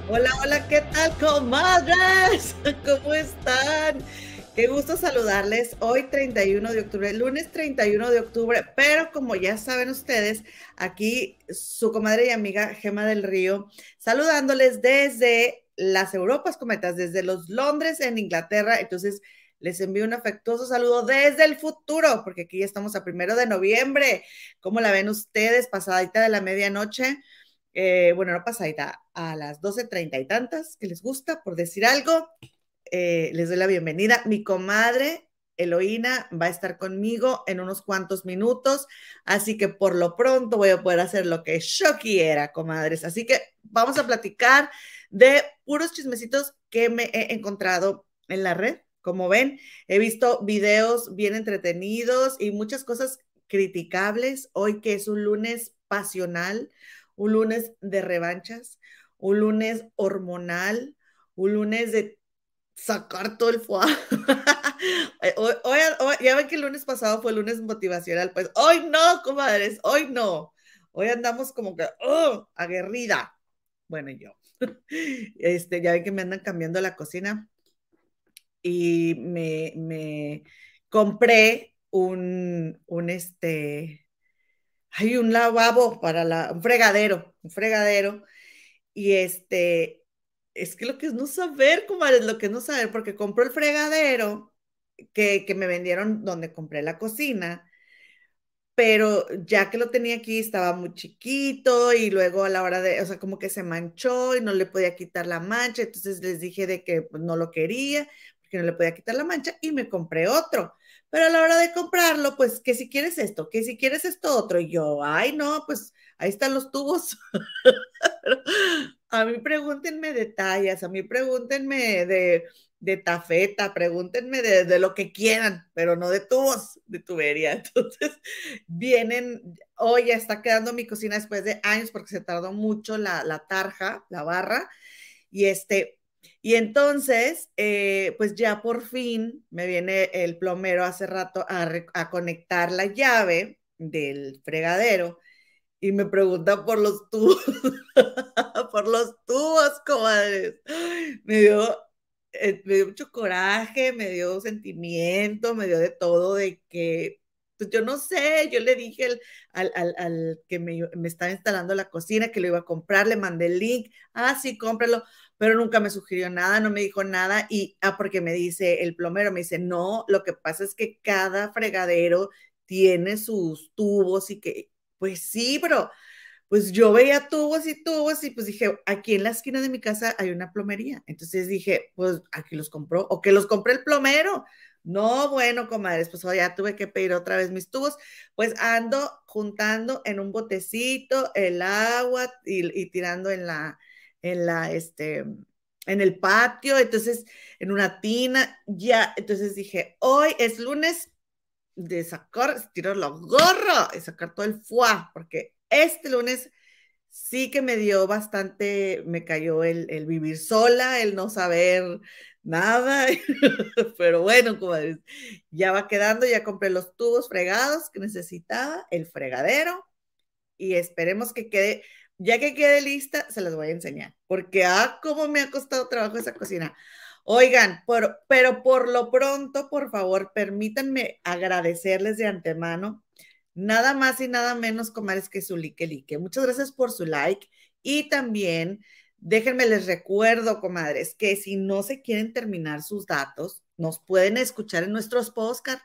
Hola, hola, ¿qué tal, comadres? ¿Cómo están? Qué gusto saludarles hoy 31 de octubre, lunes 31 de octubre, pero como ya saben ustedes, aquí su comadre y amiga Gema del Río, saludándoles desde las Europas, cometas, desde los Londres en Inglaterra. Entonces, les envío un afectuoso saludo desde el futuro, porque aquí ya estamos a 1 de noviembre. ¿Cómo la ven ustedes? Pasadita de la medianoche. Bueno, no pasadita, a las 12:30 y tantas, que les gusta, por decir algo. Les doy la bienvenida. Mi comadre Eloína va a estar conmigo en unos cuantos minutos, así que por lo pronto voy a poder hacer lo que yo quiera, comadres. Así que vamos a platicar de puros chismecitos que me he encontrado en la red. Como ven, he visto videos bien entretenidos y muchas cosas criticables hoy, que es un lunes pasional, un lunes de revanchas, un lunes hormonal, un lunes de sacar todo el foie. Hoy, ya ven que el lunes pasado fue el lunes motivacional, pues hoy no, comadres, hoy no. Hoy andamos como que aguerrida. Bueno, yo. Ya ven que me andan cambiando la cocina y me compré hay un lavabo para un fregadero. Y es que lo que es no saber, comadre, lo que es no saber, porque compró el fregadero que me vendieron donde compré la cocina, pero ya que lo tenía aquí estaba muy chiquito y luego a la hora de, o sea, como que se manchó y no le podía quitar la mancha, entonces les dije de que pues, no lo quería, porque no le podía quitar la mancha y me compré otro. Pero a la hora de comprarlo, pues que si quieres esto, que si quieres esto otro, y yo, ay, no, pues ahí están los tubos. A mí pregúntenme de tallas, a mí pregúntenme de tafeta, pregúntenme de lo que quieran, pero no de tubos, de tubería. Entonces, hoy ya está quedando mi cocina después de años porque se tardó mucho la tarja, la barra, y y entonces, pues ya por fin me viene el plomero hace rato a conectar la llave del fregadero y me pregunta por los tubos, por los tubos, comadres. Me dio mucho coraje, me dio sentimiento, me dio de todo, de que, pues yo no sé, yo le dije al que me estaba instalando la cocina que lo iba a comprar, le mandé el link, sí, cómpralo, pero nunca me sugirió nada, no me dijo nada, porque me dice el plomero, me dice, no, lo que pasa es que cada fregadero tiene sus tubos y que, pues sí, pero pues yo veía tubos y pues dije, aquí en la esquina de mi casa hay una plomería. Entonces dije, pues aquí los compró o que los compré el plomero. No, bueno, comadres, pues ya tuve que pedir otra vez mis tubos. Pues ando juntando en un botecito el agua y tirando en la, este, en el patio, entonces en una tina, ya, entonces dije, hoy es lunes de sacar, tirar la gorra y sacar todo el foie, porque este lunes sí que me dio bastante, me cayó el vivir sola, el no saber nada, pero bueno, comadres, ya va quedando, ya compré los tubos fregados que necesitaba, el fregadero, y esperemos que quede, ya que quede lista, se las voy a enseñar, porque cómo me ha costado trabajo esa cocina. Oigan, pero por lo pronto, por favor, permítanme agradecerles de antemano, nada más y nada menos, comadres, que su like. Muchas gracias por su like y también déjenme les recuerdo, comadres, que si no se quieren terminar sus datos, nos pueden escuchar en nuestros podcasts,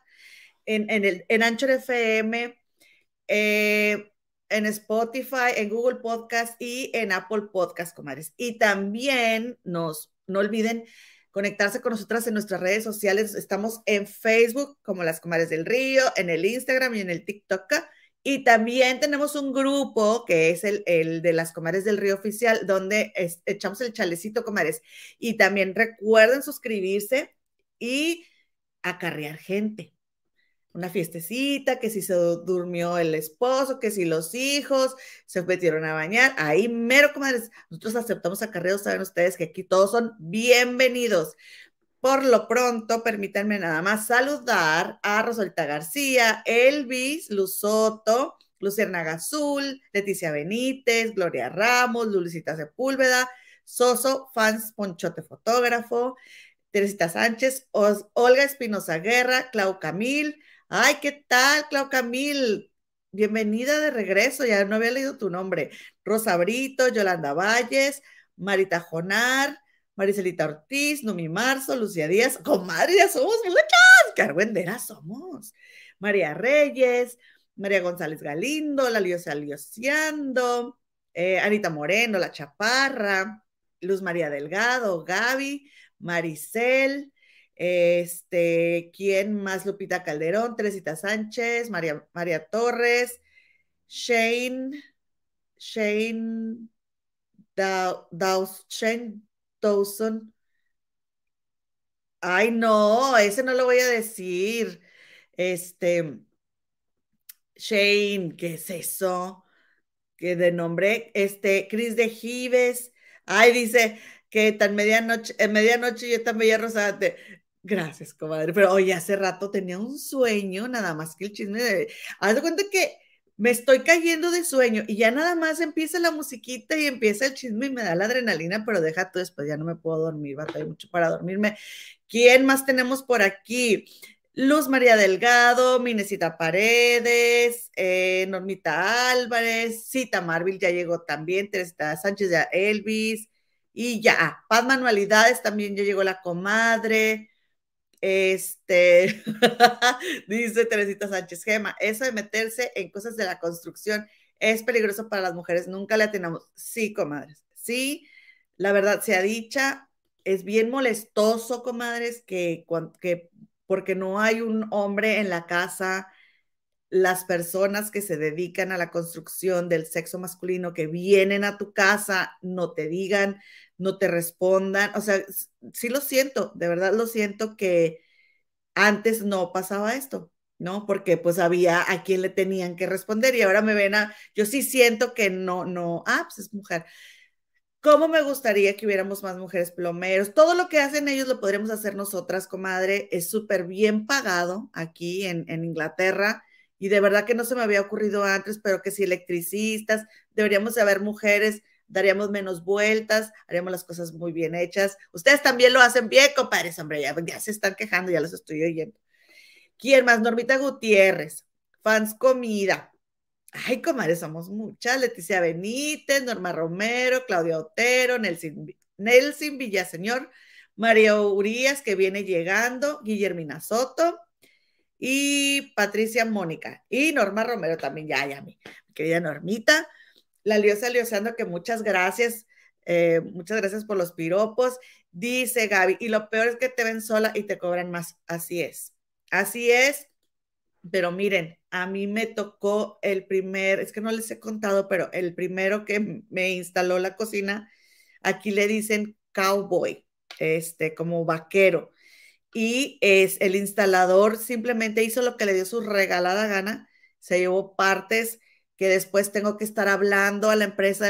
en Anchor FM, eh, en Spotify, en Google Podcast y en Apple Podcast, comadres. Y también no olviden conectarse con nosotras en nuestras redes sociales. Estamos en Facebook como Las Comadres del Río, en el Instagram y en el TikTok. Y también tenemos un grupo que es el de Las Comadres del Río Oficial, donde echamos el chalecito, comadres. Y también recuerden suscribirse y acarrear gente, una fiestecita, que si se durmió el esposo, que si los hijos se metieron a bañar, ahí mero, comadres, nosotros aceptamos acarreos, saben ustedes que aquí todos son bienvenidos. Por lo pronto, permítanme nada más saludar a Rosalita García, Elvis, Luz Soto, Luciana Gazul, Leticia Benítez, Gloria Ramos, Lulisita Sepúlveda, Soso, fans, Ponchote fotógrafo, Teresita Sánchez, Olga Espinosa Guerra, Clau Camil. Ay, ¿qué tal, Clau Camil? Bienvenida de regreso, ya no había leído tu nombre. Rosa Brito, Yolanda Valles, Marita Jonar, Maricelita Ortiz, Numi Marzo, Lucía Díaz. Comadre, ya somos muchas. Carguenderas somos. María Reyes, María González Galindo, La Liosa Liociando, Anita Moreno, La Chaparra, Luz María Delgado, Gaby, Maricel, ¿quién más? Lupita Calderón, Teresita Sánchez, María Torres, Shane Shane Dawson. Ay, no, ese no lo voy a decir. Este, Shane, ¿qué es eso? Que de nombre, Cris de Gives. Ay, dice que tan medianoche, en medianoche yo tan bella rosada. Gracias, comadre. Pero oye, hace rato tenía un sueño, nada más que el chisme de. Haz de cuenta que me estoy cayendo de sueño y ya nada más empieza la musiquita y empieza el chisme y me da la adrenalina, pero deja tú después, ya no me puedo dormir, batalla mucho para dormirme. ¿Quién más tenemos por aquí? Luz María Delgado, Minesita Paredes, Normita Álvarez, Cita Marvil ya llegó también, Teresa Sánchez ya Elvis, y ya, Paz Manualidades también ya llegó la comadre, dice Teresita Sánchez Gema, eso de meterse en cosas de la construcción es peligroso para las mujeres, nunca le atinamos. Sí, comadres, sí, la verdad sea dicha, es bien molestoso, comadres, que porque no hay un hombre en la casa, las personas que se dedican a la construcción del sexo masculino que vienen a tu casa, no te digan, no te respondan, o sea, sí lo siento, de verdad lo siento que antes no pasaba esto, ¿no? Porque pues había a quien le tenían que responder y ahora me ven yo sí siento que no, pues es mujer. ¿Cómo me gustaría que hubiéramos más mujeres plomeros? Todo lo que hacen ellos lo podríamos hacer nosotras, comadre. Es súper bien pagado aquí en Inglaterra y de verdad que no se me había ocurrido antes, pero que si electricistas, deberíamos de haber mujeres, daríamos menos vueltas, haríamos las cosas muy bien hechas. Ustedes también lo hacen bien, compadres, hombre, ya se están quejando, ya los estoy oyendo. ¿Quién más? Normita Gutiérrez, Fans Comida. Ay, comadre, somos muchas. Leticia Benítez, Norma Romero, Claudia Otero, Nelson Villaseñor, María Urias, que viene llegando, Guillermina Soto y Patricia Mónica. Y Norma Romero también, ya, mi querida Normita. La Liosa Liosando, que muchas gracias por los piropos. Dice Gaby, y lo peor es que te ven sola y te cobran más. Así es, pero miren, a mí me tocó es que no les he contado, pero el primero que me instaló la cocina, aquí le dicen cowboy, como vaquero. Y es el instalador simplemente hizo lo que le dio su regalada gana, se llevó partes que después tengo que estar hablando a la empresa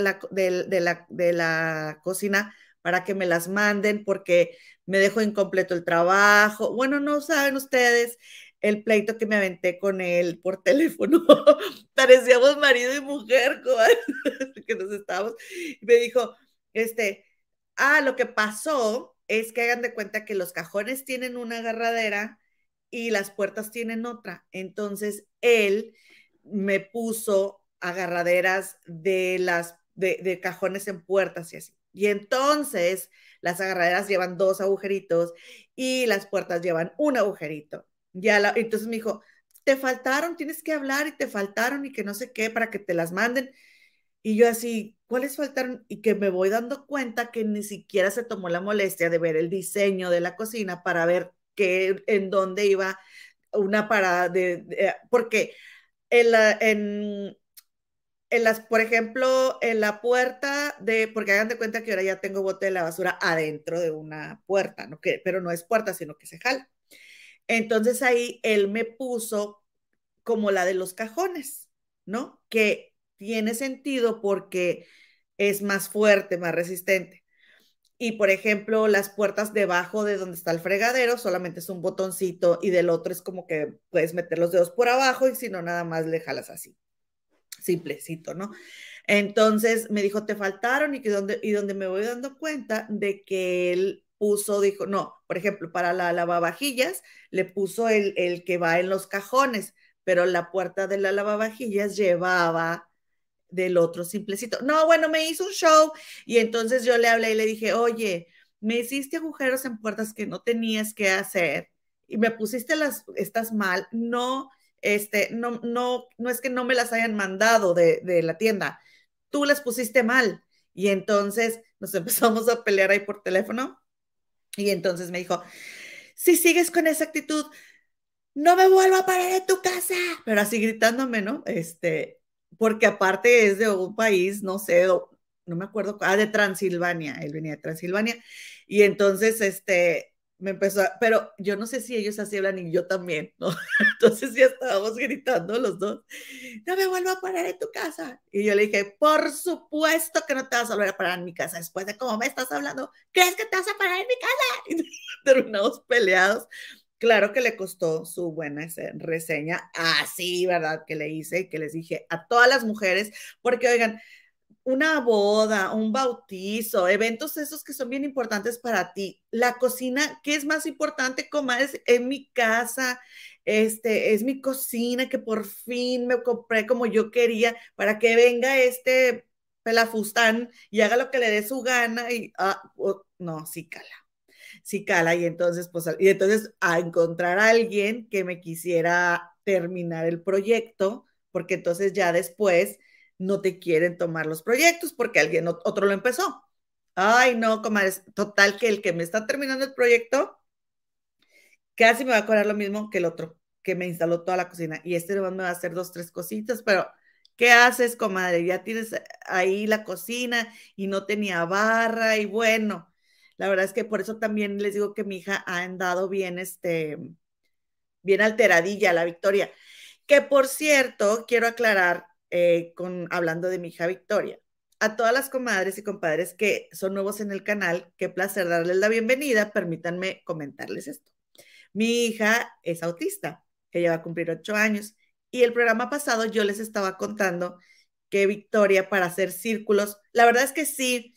de la cocina para que me las manden porque me dejó incompleto el trabajo. Bueno, no saben ustedes el pleito que me aventé con él por teléfono. Parecíamos marido y mujer, que nos estábamos. Y me dijo, lo que pasó es que hagan de cuenta que los cajones tienen una agarradera y las puertas tienen otra. Entonces él me puso agarraderas de cajones en puertas y así. Y entonces las agarraderas llevan dos agujeritos y las puertas llevan un agujerito. Entonces me dijo, te faltaron, tienes que hablar y te faltaron y que no sé qué para que te las manden. Y yo así, ¿cuáles faltaron? Y que me voy dando cuenta que ni siquiera se tomó la molestia de ver el diseño de la cocina para ver en dónde iba una parada porque por ejemplo, en la puerta porque hagan de cuenta que ahora ya tengo bote de la basura adentro de una puerta, ¿no? Pero no es puerta, sino que se jala. Entonces ahí él me puso como la de los cajones, ¿no? Que tiene sentido porque es más fuerte, más resistente. Y por ejemplo, las puertas debajo de donde está el fregadero solamente es un botoncito y del otro es como que puedes meter los dedos por abajo y si no, nada más le jalas así. simplecito, ¿no? Entonces me dijo, te faltaron y donde me voy dando cuenta de que él puso, dijo, no, por ejemplo, para la lavavajillas le puso el que va en los cajones, pero la puerta de la lavavajillas llevaba del otro simplecito. No, bueno, me hizo un show y entonces yo le hablé y le dije, oye, me hiciste agujeros en puertas que no tenías que hacer y me pusiste estas mal, no, no es que no me las hayan mandado de la tienda, tú las pusiste mal. Y entonces nos empezamos a pelear ahí por teléfono y entonces me dijo, si sigues con esa actitud, no me vuelvo a parar en tu casa, pero así gritándome, ¿no? Porque aparte es de un país, no sé, no me acuerdo, de Transilvania, él venía de Transilvania, y entonces, me empezó, pero yo no sé si ellos así hablan y yo también, ¿no? Entonces ya estábamos gritando los dos, no me vuelvo a parar en tu casa. Y yo le dije, por supuesto que no te vas a volver a parar en mi casa, después de cómo me estás hablando, ¿crees que te vas a parar en mi casa? Y terminamos peleados. Claro que le costó su buena reseña, así, ¿verdad? Que le hice y que les dije a todas las mujeres, porque oigan, una boda, un bautizo, eventos esos que son bien importantes para ti. La cocina, ¿qué es más importante, comadres? En mi casa, es mi cocina que por fin me compré como yo quería para que venga este pelafustán y haga lo que le dé su gana y, no, sí cala, y entonces, pues, y entonces a encontrar a alguien que me quisiera terminar el proyecto, porque entonces ya después no te quieren tomar los proyectos porque alguien otro lo empezó. Ay, no, comadres, total que el que me está terminando el proyecto casi me va a cobrar lo mismo que el otro, que me instaló toda la cocina. Y este nomás me va a hacer dos, tres cositas, pero ¿qué haces, comadre? Ya tienes ahí la cocina y no tenía barra y bueno, la verdad es que por eso también les digo que mi hija ha andado bien, bien alteradilla, la Victoria. Que por cierto, quiero aclarar, hablando de mi hija Victoria, a todas las comadres y compadres que son nuevos en el canal, qué placer darles la bienvenida, permítanme comentarles esto. Mi hija es autista, ella va a cumplir 8 años, y el programa pasado yo les estaba contando que Victoria para hacer círculos, la verdad es que sí,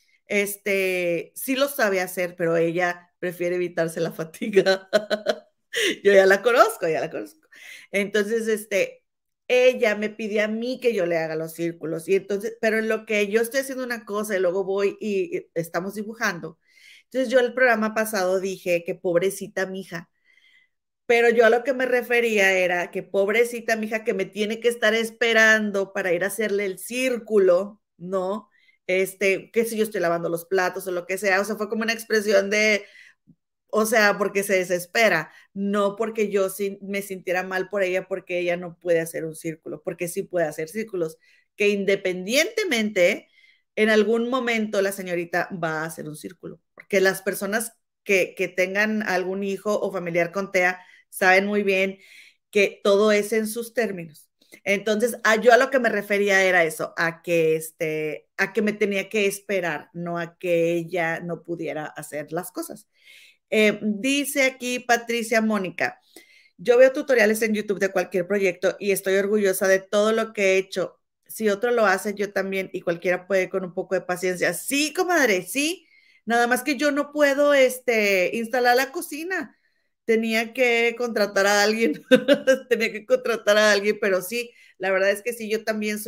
sí lo sabe hacer, pero ella prefiere evitarse la fatiga. Yo ya la conozco, ya la conozco. Entonces, ella me pide a mí que yo le haga los círculos, y entonces, pero en lo que yo estoy haciendo una cosa y luego voy y estamos dibujando. Entonces yo el programa pasado dije que pobrecita mi hija, pero yo a lo que me refería era que pobrecita mi hija que me tiene que estar esperando para ir a hacerle el círculo, ¿no? Que si yo estoy lavando los platos o lo que sea, o sea, fue como una expresión de, o sea, porque se desespera, no porque yo sí me sintiera mal por ella porque ella no puede hacer un círculo, porque sí puede hacer círculos, que independientemente, en algún momento la señorita va a hacer un círculo, porque las personas que tengan algún hijo o familiar con TEA saben muy bien que todo es en sus términos. Entonces, yo a lo que me refería era eso, a que me tenía que esperar, no a que ella no pudiera hacer las cosas. Dice aquí Patricia Mónica, yo veo tutoriales en YouTube de cualquier proyecto y estoy orgullosa de todo lo que he hecho. Si otro lo hace, yo también y cualquiera puede con un poco de paciencia. Sí, comadre, sí. Nada más que yo no puedo instalar la cocina. Tenía que contratar a alguien, tenía que contratar a alguien, pero sí, la verdad es que sí, yo también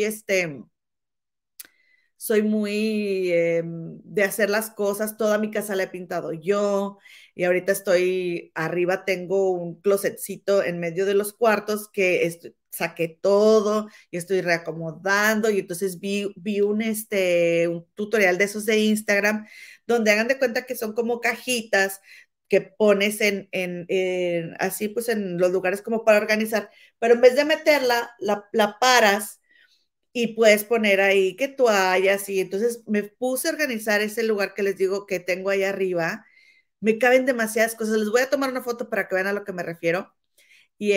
soy muy de hacer las cosas, toda mi casa la he pintado yo y ahorita estoy arriba, tengo un closetcito en medio de los cuartos que saqué todo y estoy reacomodando y entonces vi un tutorial de esos de Instagram donde hagan de cuenta que son como cajitas que pones así pues en los lugares como para organizar, pero en vez de meterla, la paras y puedes poner ahí que toallas y entonces me puse a organizar ese lugar que les digo que tengo ahí arriba. Me caben demasiadas cosas. Les voy a tomar una foto para que vean a lo que me refiero. Y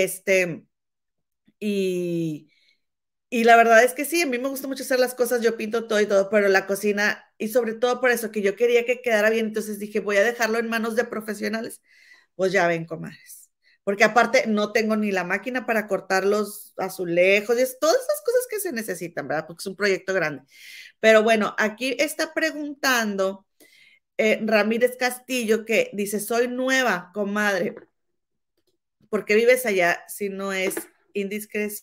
y, y la verdad es que sí, a mí me gusta mucho hacer las cosas, yo pinto todo y todo, pero la cocina, y sobre todo por eso que yo quería que quedara bien, entonces dije, voy a dejarlo en manos de profesionales. Pues ya ven, comadres. porque aparte no tengo ni la máquina para cortar los azulejos, y todas esas cosas que se necesitan, ¿verdad? Porque es un proyecto grande. Pero bueno, aquí está preguntando Ramírez Castillo que dice, soy nueva, comadre, ¿por qué vives allá si no es indiscreción?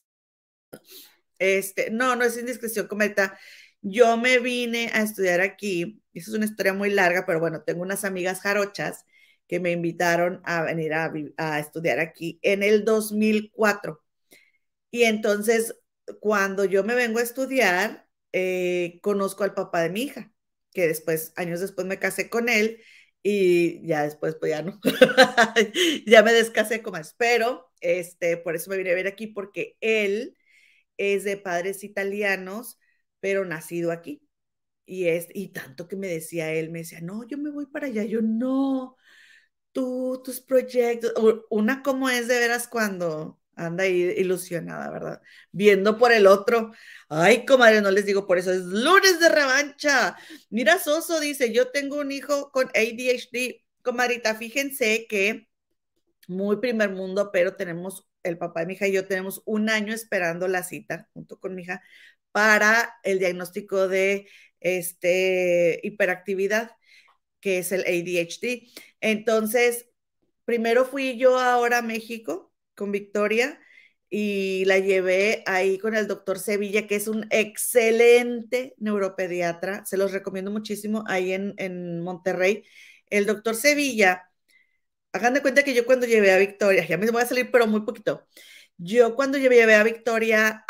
No, no es indiscreción, cometa. Yo me vine a estudiar aquí, eso es una historia muy larga, pero bueno, tengo unas amigas jarochas que me invitaron a venir a estudiar aquí en el 2004. Y entonces, cuando yo me vengo a estudiar, conozco al papá de mi hija, que después, años después me casé con él y ya después, pues ya no, ya me descasé como es, pero por eso me vine a ver aquí, porque él es de padres italianos, pero nacido aquí. Y tanto que me decía él, me decía, no, yo me voy para allá, yo no, tus proyectos, una como es de veras cuando anda ahí ilusionada, ¿verdad? Viendo por el otro. Ay, comadre, no les digo por eso, es lunes de revancha. Mira, Soso dice, yo tengo un hijo con ADHD. Comadrita, fíjense que muy primer mundo, pero tenemos, el papá de mi hija y yo tenemos un año esperando la cita junto con mi hija para el diagnóstico de hiperactividad, que es el ADHD. Entonces, primero fui yo ahora a México con Victoria y la llevé ahí con el doctor Sevilla, que es un excelente neuropediatra. Se los recomiendo muchísimo ahí en Monterrey. El doctor Sevilla, hagan de cuenta que yo cuando llevé a Victoria, ya me voy a salir, pero muy poquito. Yo cuando llevé a Victoria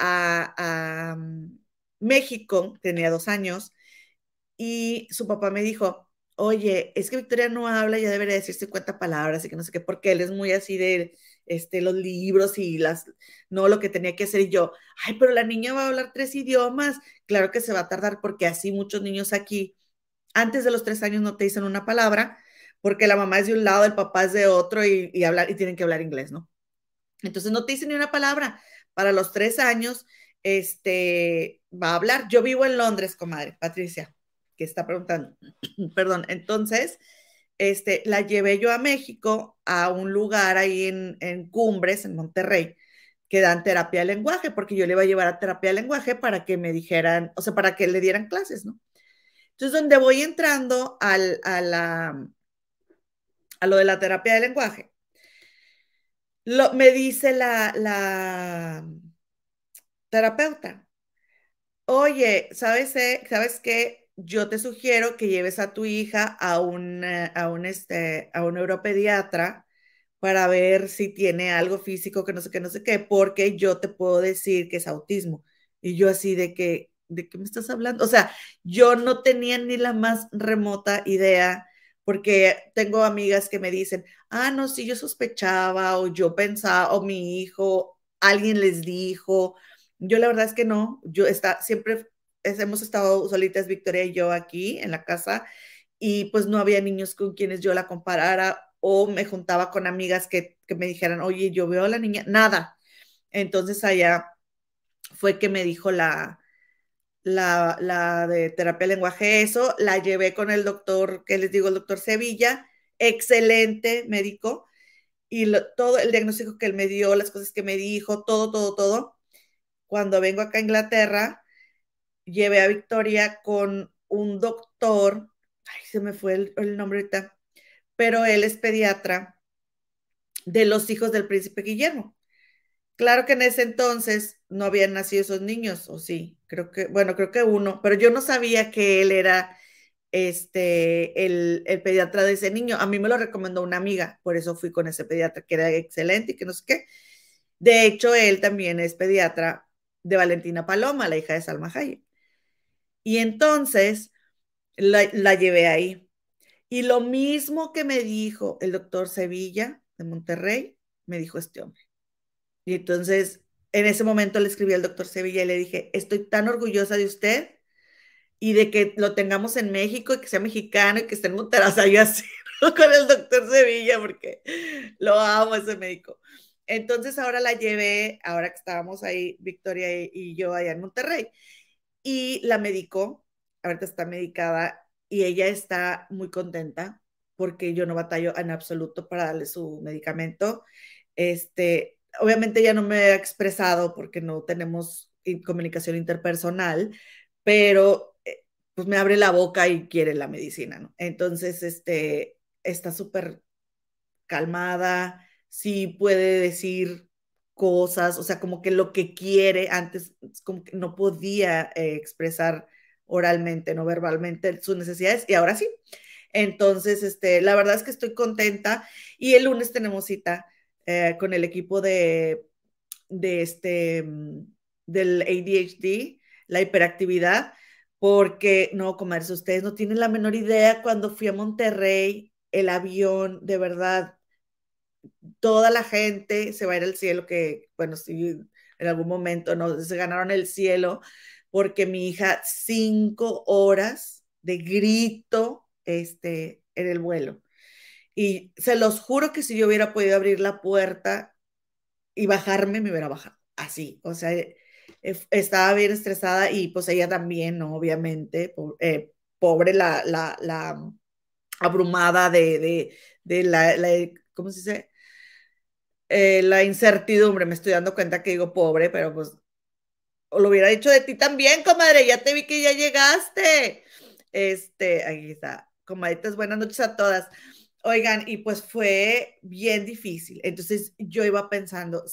a México, tenía 2 años, y su papá me dijo, oye, es que Victoria no habla, ya debería decir 50 palabras y que no sé qué, porque él es muy así de los libros y no lo que tenía que hacer. Y yo, ay, pero la niña va a hablar 3 idiomas. Claro que se va a tardar porque así muchos niños aquí, antes de los 3 años no te dicen una palabra, porque la mamá es de un lado, el papá es de otro y tienen que hablar inglés, ¿no? Entonces no te dicen ni una palabra. Para los 3 años, va a hablar. Yo vivo en Londres, comadre, Patricia, que está preguntando. Perdón. Entonces, la llevé yo a México, a un lugar ahí en Cumbres, en Monterrey, que dan terapia de lenguaje, porque yo le iba a llevar a terapia de lenguaje para que me dijeran, o sea, para que le dieran clases, ¿no? Entonces, donde voy entrando a lo de la terapia de lenguaje, me dice la terapeuta, oye, ¿sabes qué? Yo te sugiero que lleves a tu hija a un neuropediatra para ver si tiene algo físico que no sé qué, no sé qué, porque yo te puedo decir que es autismo. Y yo así ¿de qué me estás hablando? O sea, yo no tenía ni la más remota idea, porque tengo amigas que me dicen, no, sí, yo sospechaba, o yo pensaba, o mi hijo, alguien les dijo. Yo la verdad es que no, siempre hemos estado solitas Victoria y yo aquí en la casa y pues no había niños con quienes yo la comparara o me juntaba con amigas que me dijeran, oye, yo veo a la niña, nada. Entonces allá fue que me dijo la de terapia de lenguaje eso, la llevé con el doctor, que les digo, el doctor Sevilla, excelente médico, y todo el diagnóstico que él me dio, las cosas que me dijo, todo, todo, todo. Cuando vengo acá a Inglaterra, llevé a Victoria con un doctor, ay, se me fue el nombre ahorita, pero él es pediatra de los hijos del príncipe Guillermo. Claro que en ese entonces no habían nacido esos niños, o sí, creo que uno, pero yo no sabía que él era el pediatra de ese niño. A mí me lo recomendó una amiga, por eso fui con ese pediatra que era excelente y que no sé qué. De hecho, él también es pediatra de Valentina Paloma, la hija de Salma Hayek. Y entonces la llevé ahí. Y lo mismo que me dijo el doctor Sevilla de Monterrey, me dijo este hombre. Y entonces, en ese momento le escribí al doctor Sevilla y le dije, estoy tan orgullosa de usted y de que lo tengamos en México y que sea mexicano y que esté en Monterrey. O sea, yo así con el doctor Sevilla porque lo amo ese médico. Entonces ahora la llevé, ahora que estábamos ahí, Victoria y yo allá en Monterrey, y la medicó, ahorita está medicada y ella está muy contenta porque yo no batallo en absoluto para darle su medicamento. Obviamente ya no me he expresado porque no tenemos comunicación interpersonal, pero pues me abre la boca y quiere la medicina, ¿no? Entonces, está súper calmada, sí puede decir cosas, o sea, como que lo que quiere antes, como que no podía expresar oralmente, no verbalmente sus necesidades, y ahora sí. Entonces, la verdad es que estoy contenta y el lunes tenemos cita con el equipo de del ADHD, la hiperactividad, porque no, comerse, ustedes no tienen la menor idea cuando fui a Monterrey, el avión, de verdad, toda la gente se va a ir al cielo, que bueno, sí, en algún momento no se ganaron el cielo, porque mi hija 5 horas de grito en el vuelo. Y se los juro que si yo hubiera podido abrir la puerta y bajarme, me hubiera bajado. Así, o sea, estaba bien estresada y pues ella también, ¿no? Obviamente, pobre la abrumada de ¿cómo se dice? La incertidumbre, me estoy dando cuenta que digo pobre, pero pues o lo hubiera dicho de ti también, comadre, ya te vi que ya llegaste. Ahí está, comadritas, buenas noches a todas. Oigan, y pues fue bien difícil. Entonces yo iba pensando,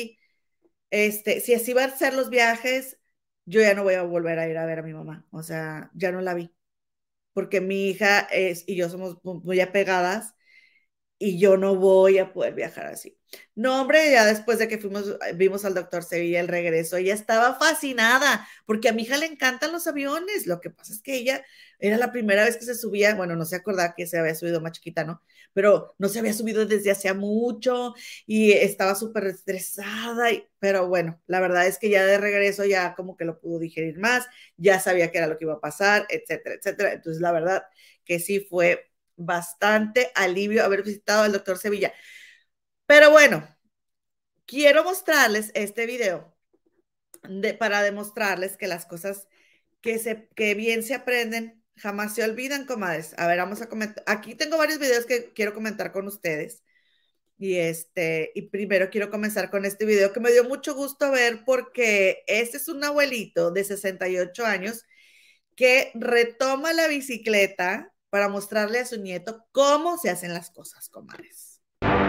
si así van a ser los viajes, yo ya no voy a volver a ir a ver a mi mamá. O sea, ya no la vi. Porque mi hija y yo somos muy apegadas y yo no voy a poder viajar así. No, hombre, ya después de que vimos al doctor Sevilla el regreso, ella estaba fascinada, porque a mi hija le encantan los aviones. Lo que pasa es que ella era la primera vez que se subía, bueno, no se acordaba que se había subido más chiquita, ¿no? Pero no se había subido desde hacía mucho y estaba súper estresada, pero bueno, la verdad es que ya de regreso ya como que lo pudo digerir más, ya sabía qué era lo que iba a pasar, etcétera, etcétera. Entonces, la verdad que sí fue bastante alivio haber visitado al doctor Sevilla. Pero bueno, quiero mostrarles este video para demostrarles que las cosas que bien se aprenden jamás se olvidan, comadres. A ver, vamos a comentar. Aquí tengo varios videos que quiero comentar con ustedes. Y primero quiero comenzar con este video que me dio mucho gusto ver porque este es un abuelito de 68 años que retoma la bicicleta para mostrarle a su nieto cómo se hacen las cosas, comadres.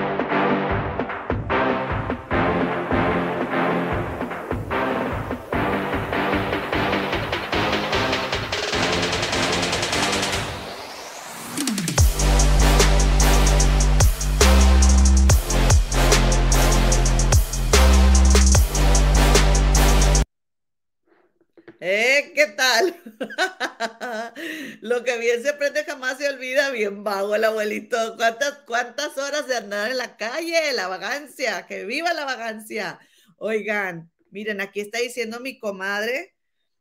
¿Qué tal? Lo que bien se aprende jamás se olvida, bien vago el abuelito. ¿Cuántas horas de andar en la calle? La vagancia, que viva la vagancia. Oigan, miren, aquí está diciendo mi comadre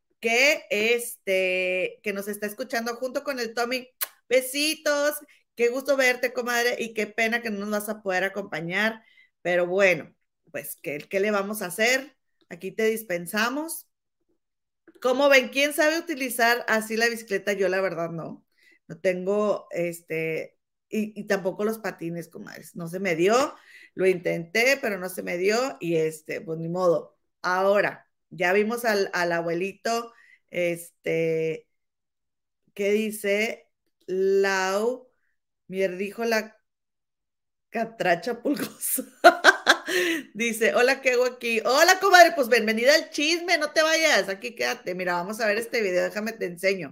que nos está escuchando junto con el Tommy. Besitos, qué gusto verte, comadre, y qué pena que no nos vas a poder acompañar, pero bueno, pues, ¿qué le vamos a hacer? Aquí te dispensamos. Como ven, ¿quién sabe utilizar así la bicicleta? Yo la verdad no. No tengo, y tampoco los patines, comadres. No se me dio. Lo intenté, pero no se me dio y pues ni modo. Ahora, ya vimos al abuelito, ¿qué dice? Lau, dijo la catracha pulgosa. Dice, hola, ¿qué hago aquí? Hola, comadre, pues bienvenida al chisme, no te vayas, aquí quédate. Mira, vamos a ver este video, déjame te enseño.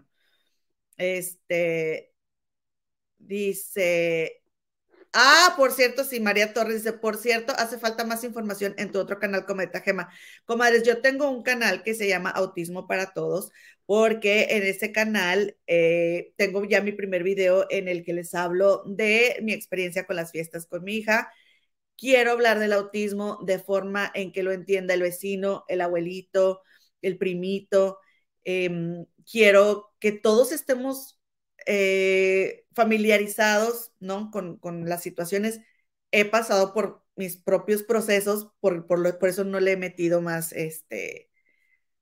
Dice, por cierto, sí, María Torres dice, por cierto, hace falta más información en tu otro canal, Cometa Gema. Comadres, yo tengo un canal que se llama Autismo para Todos, porque en ese canal tengo ya mi primer video en el que les hablo de mi experiencia con las fiestas con mi hija. Quiero hablar del autismo de forma en que lo entienda el vecino, el abuelito, el primito. Quiero que todos estemos familiarizados, ¿no? Con las situaciones. He pasado por mis propios procesos, por eso no le he metido más,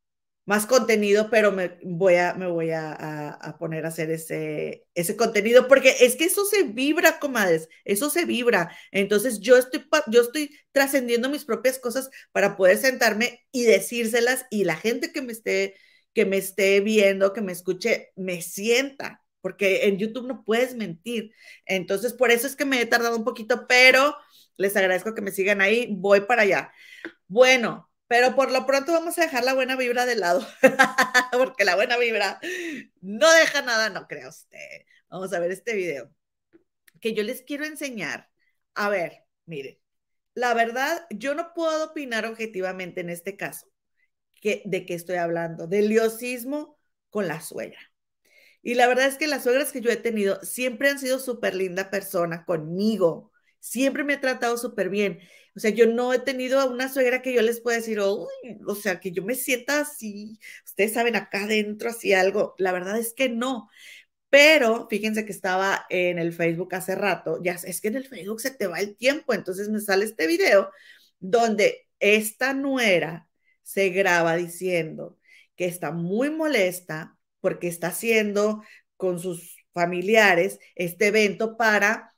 más contenido, pero me voy a poner a hacer ese contenido, porque es que eso se vibra, comadres, eso se vibra. Entonces yo estoy trascendiendo mis propias cosas para poder sentarme y decírselas y la gente que me esté viendo, que me escuche, me sienta, porque en YouTube no puedes mentir. Entonces, por eso es que me he tardado un poquito, pero les agradezco que me sigan ahí, voy para allá. Bueno, pero por lo pronto vamos a dejar la buena vibra de lado, porque la buena vibra no deja nada, no crea usted. Vamos a ver este video que yo les quiero enseñar. A ver, miren, la verdad, yo no puedo opinar objetivamente en este caso de qué estoy hablando, del liosismo con la suegra. Y la verdad es que las suegras que yo he tenido siempre han sido súper linda persona conmigo. Siempre me ha tratado súper bien. O sea, yo no he tenido una suegra que yo les pueda decir, uy, o sea, que yo me sienta así, ustedes saben, acá adentro, así algo. La verdad es que no. Pero fíjense que estaba en el Facebook hace rato, ya es que en el Facebook se te va el tiempo, entonces me sale este video donde esta nuera se graba diciendo que está muy molesta porque está haciendo con sus familiares este evento para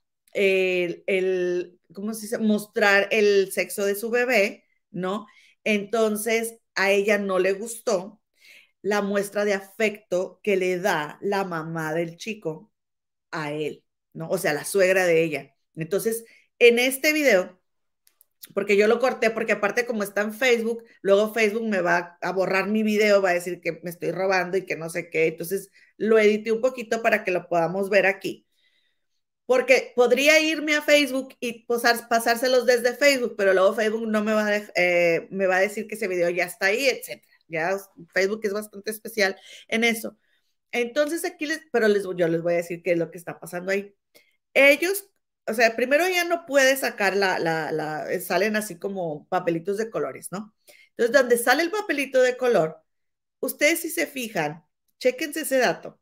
¿cómo se dice? Mostrar el sexo de su bebé, ¿no? Entonces a ella no le gustó la muestra de afecto que le da la mamá del chico a él, ¿no? O sea, la suegra de ella. Entonces, en este video, porque yo lo corté, porque aparte como está en Facebook, luego Facebook me va a borrar mi video, va a decir que me estoy robando y que no sé qué. Entonces, lo edité un poquito para que lo podamos ver aquí. Porque podría irme a Facebook y pasárselos desde Facebook, pero luego Facebook no me va me va a decir que ese video ya está ahí, etcétera. Ya Facebook es bastante especial en eso. Entonces aquí yo les voy a decir qué es lo que está pasando ahí. Ellos, o sea, primero ella no puede sacar salen así como papelitos de colores, ¿no? Entonces, donde sale el papelito de color, ustedes si se fijan, chéquense ese dato.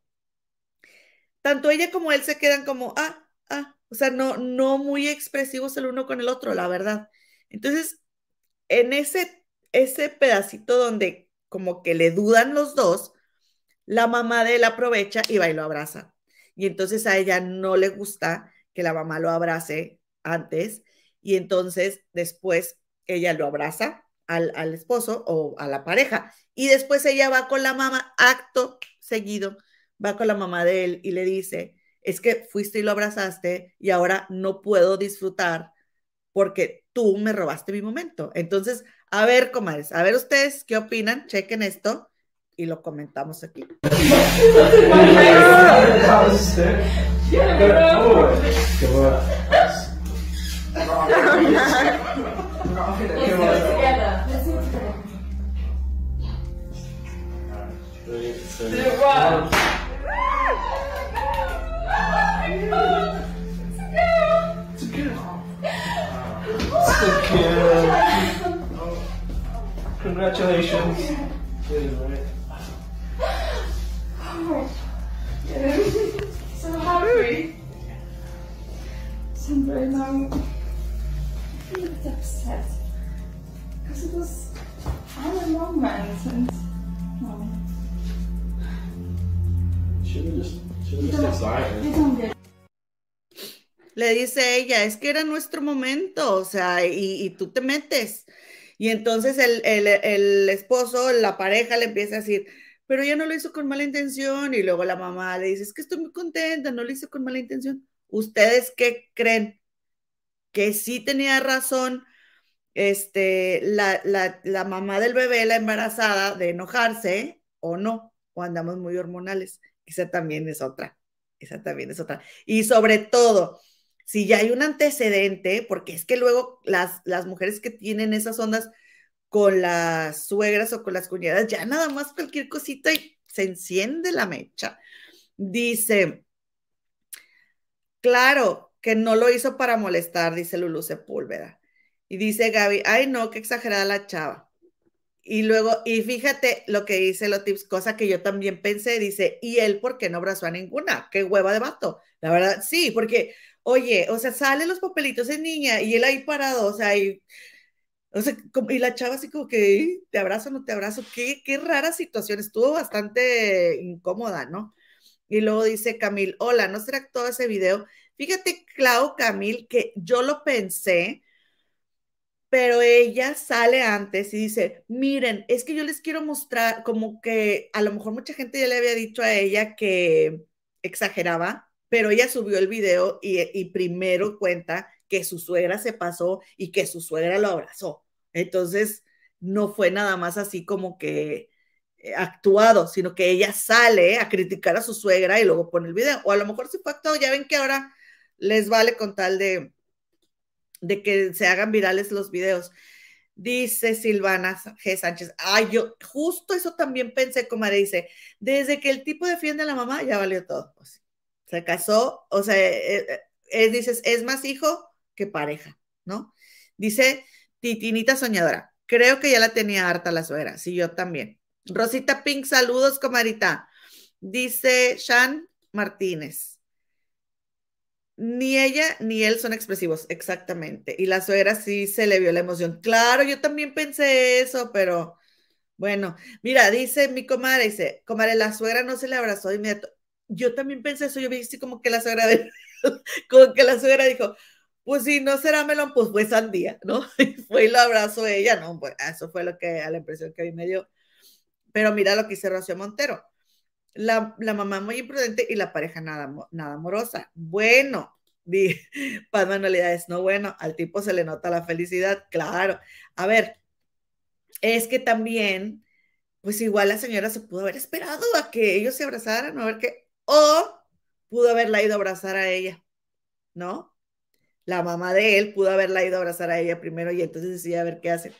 Tanto ella como él se quedan como, o sea, no muy expresivos el uno con el otro, la verdad. Entonces, en ese pedacito donde como que le dudan los dos, la mamá de él aprovecha y va y lo abraza. Y entonces a ella no le gusta que la mamá lo abrace antes y entonces después ella lo abraza al esposo o a la pareja y después ella va con la mamá, acto seguido, va con la mamá de él y le dice, es que fuiste y lo abrazaste y ahora no puedo disfrutar porque tú me robaste mi momento. Entonces, a ver, comadres, a ver ustedes qué opinan, chequen esto y lo comentamos aquí. Congratulations. So happy. Somewhere now, I feel a bit upset because it was our moment and Should have just stayed silent. I don't get. Le dice ella, es que era nuestro momento, o sea, y tú te metes. Y entonces el esposo, la pareja le empieza a decir, pero ella no lo hizo con mala intención. Y luego la mamá le dice, es que estoy muy contenta, no lo hice con mala intención. ¿Ustedes qué creen? Que sí tenía razón la mamá del bebé, la embarazada, de enojarse o no, o andamos muy hormonales. Esa también es otra, esa también es otra. Y sobre todo, si ya hay un antecedente, porque es que luego las mujeres que tienen esas ondas con las suegras o con las cuñadas, ya nada más cualquier cosita y se enciende la mecha. Dice, claro que no lo hizo para molestar, dice Lulú Sepúlveda. Y dice Gaby, ay no, qué exagerada la chava. Y luego, y fíjate lo que dice Lotips, cosa que yo también pensé, dice, ¿y él por qué no abrazó a ninguna? Qué hueva de vato. La verdad, sí, porque, oye, o sea, salen los papelitos en niña y él ahí parado, o sea, O sea, y la chava así como que, ¿te abrazo o no te abrazo? Qué rara situación, estuvo bastante incómoda, ¿no? Y luego dice Camil, hola, ¿no será todo ese video? Fíjate, Clau, Camil, que yo lo pensé, pero ella sale antes y dice, miren, es que yo les quiero mostrar, como que a lo mejor mucha gente ya le había dicho a ella que exageraba, pero ella subió el video y primero cuenta que su suegra se pasó y que su suegra lo abrazó. Entonces, no fue nada más así como que actuado, sino que ella sale a criticar a su suegra y luego pone el video. O a lo mejor sí fue actuado, ya ven que ahora les vale con tal de que se hagan virales los videos. Dice Silvana G. Sánchez, ay, yo justo eso también pensé, comadre, dice, desde que el tipo defiende a la mamá, ya valió todo. Pues, se casó, o sea, dices, es más hijo que pareja, ¿no? Dice Titinita Soñadora, creo que ya la tenía harta la suegra, sí, yo también. Rosita Pink, saludos, comadrita. Dice Shan Martínez, ni ella ni él son expresivos, exactamente. Y la suegra sí se le vio la emoción. Claro, yo también pensé eso, pero bueno, mira, dice mi comadre, dice, comadre, la suegra no se le abrazó de inmediato. Yo también pensé eso, yo vi así como que la suegra, como que la suegra dijo, pues si no será melón, pues fue sandía, ¿no? Y fue y lo abrazó ella, ¿no? Pues eso fue lo que, a la impresión que a mí me dio. Pero mira lo que hizo Rocío Montero. La mamá muy imprudente y la pareja nada amorosa. Bueno, para manualidades, no bueno, al tipo se le nota la felicidad, claro. A ver, es que también, pues igual la señora se pudo haber esperado a que ellos se abrazaran, a ver qué, o pudo haberla ido a abrazar a ella, ¿no? La mamá de él pudo haberla ido a abrazar a ella primero y entonces decía a ver qué hace.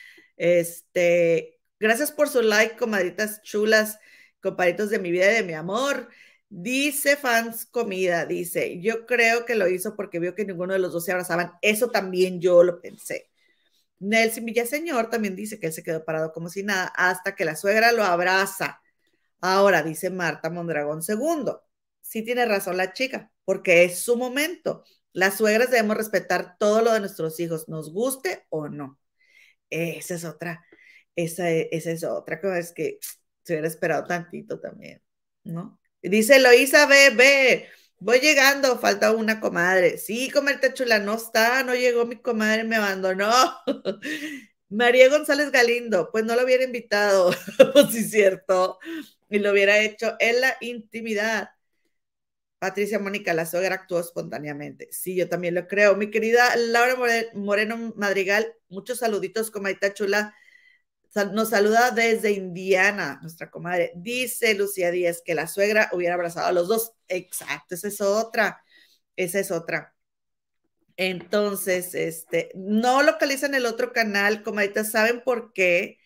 Gracias por su like, comadritas chulas, compadritos de mi vida y de mi amor. Dice Fans Comida, dice, yo creo que lo hizo porque vio que ninguno de los dos se abrazaban. Eso también yo lo pensé. Nelson Villaseñor también dice que él se quedó parado como si nada hasta que la suegra lo abraza. Ahora, dice Marta Mondragón II, sí tiene razón la chica, porque es su momento. Las suegras debemos respetar todo lo de nuestros hijos, nos guste o no. Esa es otra cosa, es que se hubiera esperado tantito también, ¿no? Dice Eloísa B, voy llegando, falta una comadre. Sí, comadre chula, no está, no llegó mi comadre, me abandonó. María González Galindo, pues no lo hubiera invitado, pues sí, cierto, y lo hubiera hecho en la intimidad. Patricia Mónica, la suegra actuó espontáneamente. Sí, yo también lo creo. Mi querida Laura Moreno Madrigal, muchos saluditos, comadita chula. Nos saluda desde Indiana, nuestra comadre. Dice Lucía Díaz que la suegra hubiera abrazado a los dos. Exacto, esa es otra. Esa es otra. Entonces, no localizan el otro canal, comaditas, ¿saben por qué?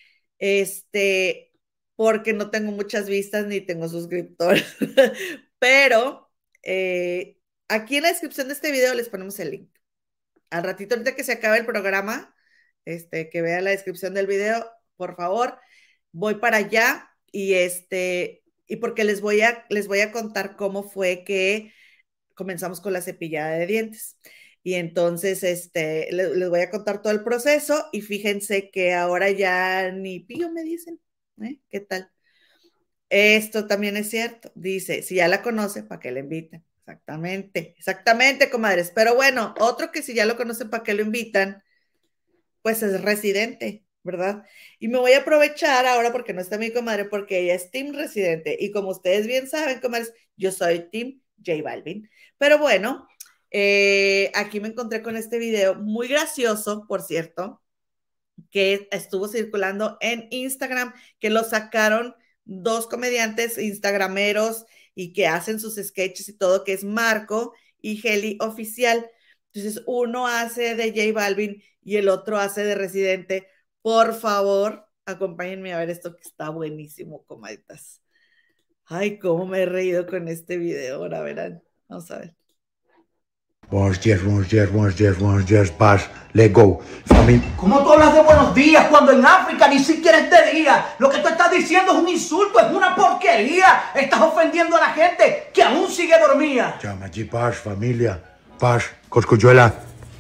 Porque no tengo muchas vistas ni tengo suscriptores. Pero aquí en la descripción de este video les ponemos el link. Al ratito, ahorita que se acabe el programa, que vea la descripción del video, por favor, voy para allá y porque les voy a contar cómo fue que comenzamos con la cepillada de dientes. Y entonces, les voy a contar todo el proceso y fíjense que ahora ya ni pillo me dicen, ¿qué tal? Esto también es cierto, dice, si ya la conoce, ¿para qué la invitan? Exactamente, comadres. Pero bueno, otro que si ya lo conocen, ¿para qué lo invitan? Pues es Residente, ¿verdad? Y me voy a aprovechar ahora porque no está mi comadre, porque ella es Team Residente. Y como ustedes bien saben, comadres, yo soy Team J Balvin. Pero bueno, aquí me encontré con este video muy gracioso, por cierto, que estuvo circulando en Instagram, que lo sacaron dos comediantes instagrameros y que hacen sus sketches y todo, que es Marco y Heli Oficial. Entonces, uno hace de J Balvin y el otro hace de Residente. Por favor, acompáñenme a ver esto que está buenísimo, comaditas. Ay, cómo me he reído con este video, ahora verán. Vamos a ver. Buenos días, Paz, let's go. ¿Cómo tú hablas de buenos días cuando en África ni siquiera es de día? Lo que tú estás diciendo es un insulto, es una porquería. Estás ofendiendo a la gente que aún sigue dormida. Llama allí, Paz, familia. Paz, Cosculluela.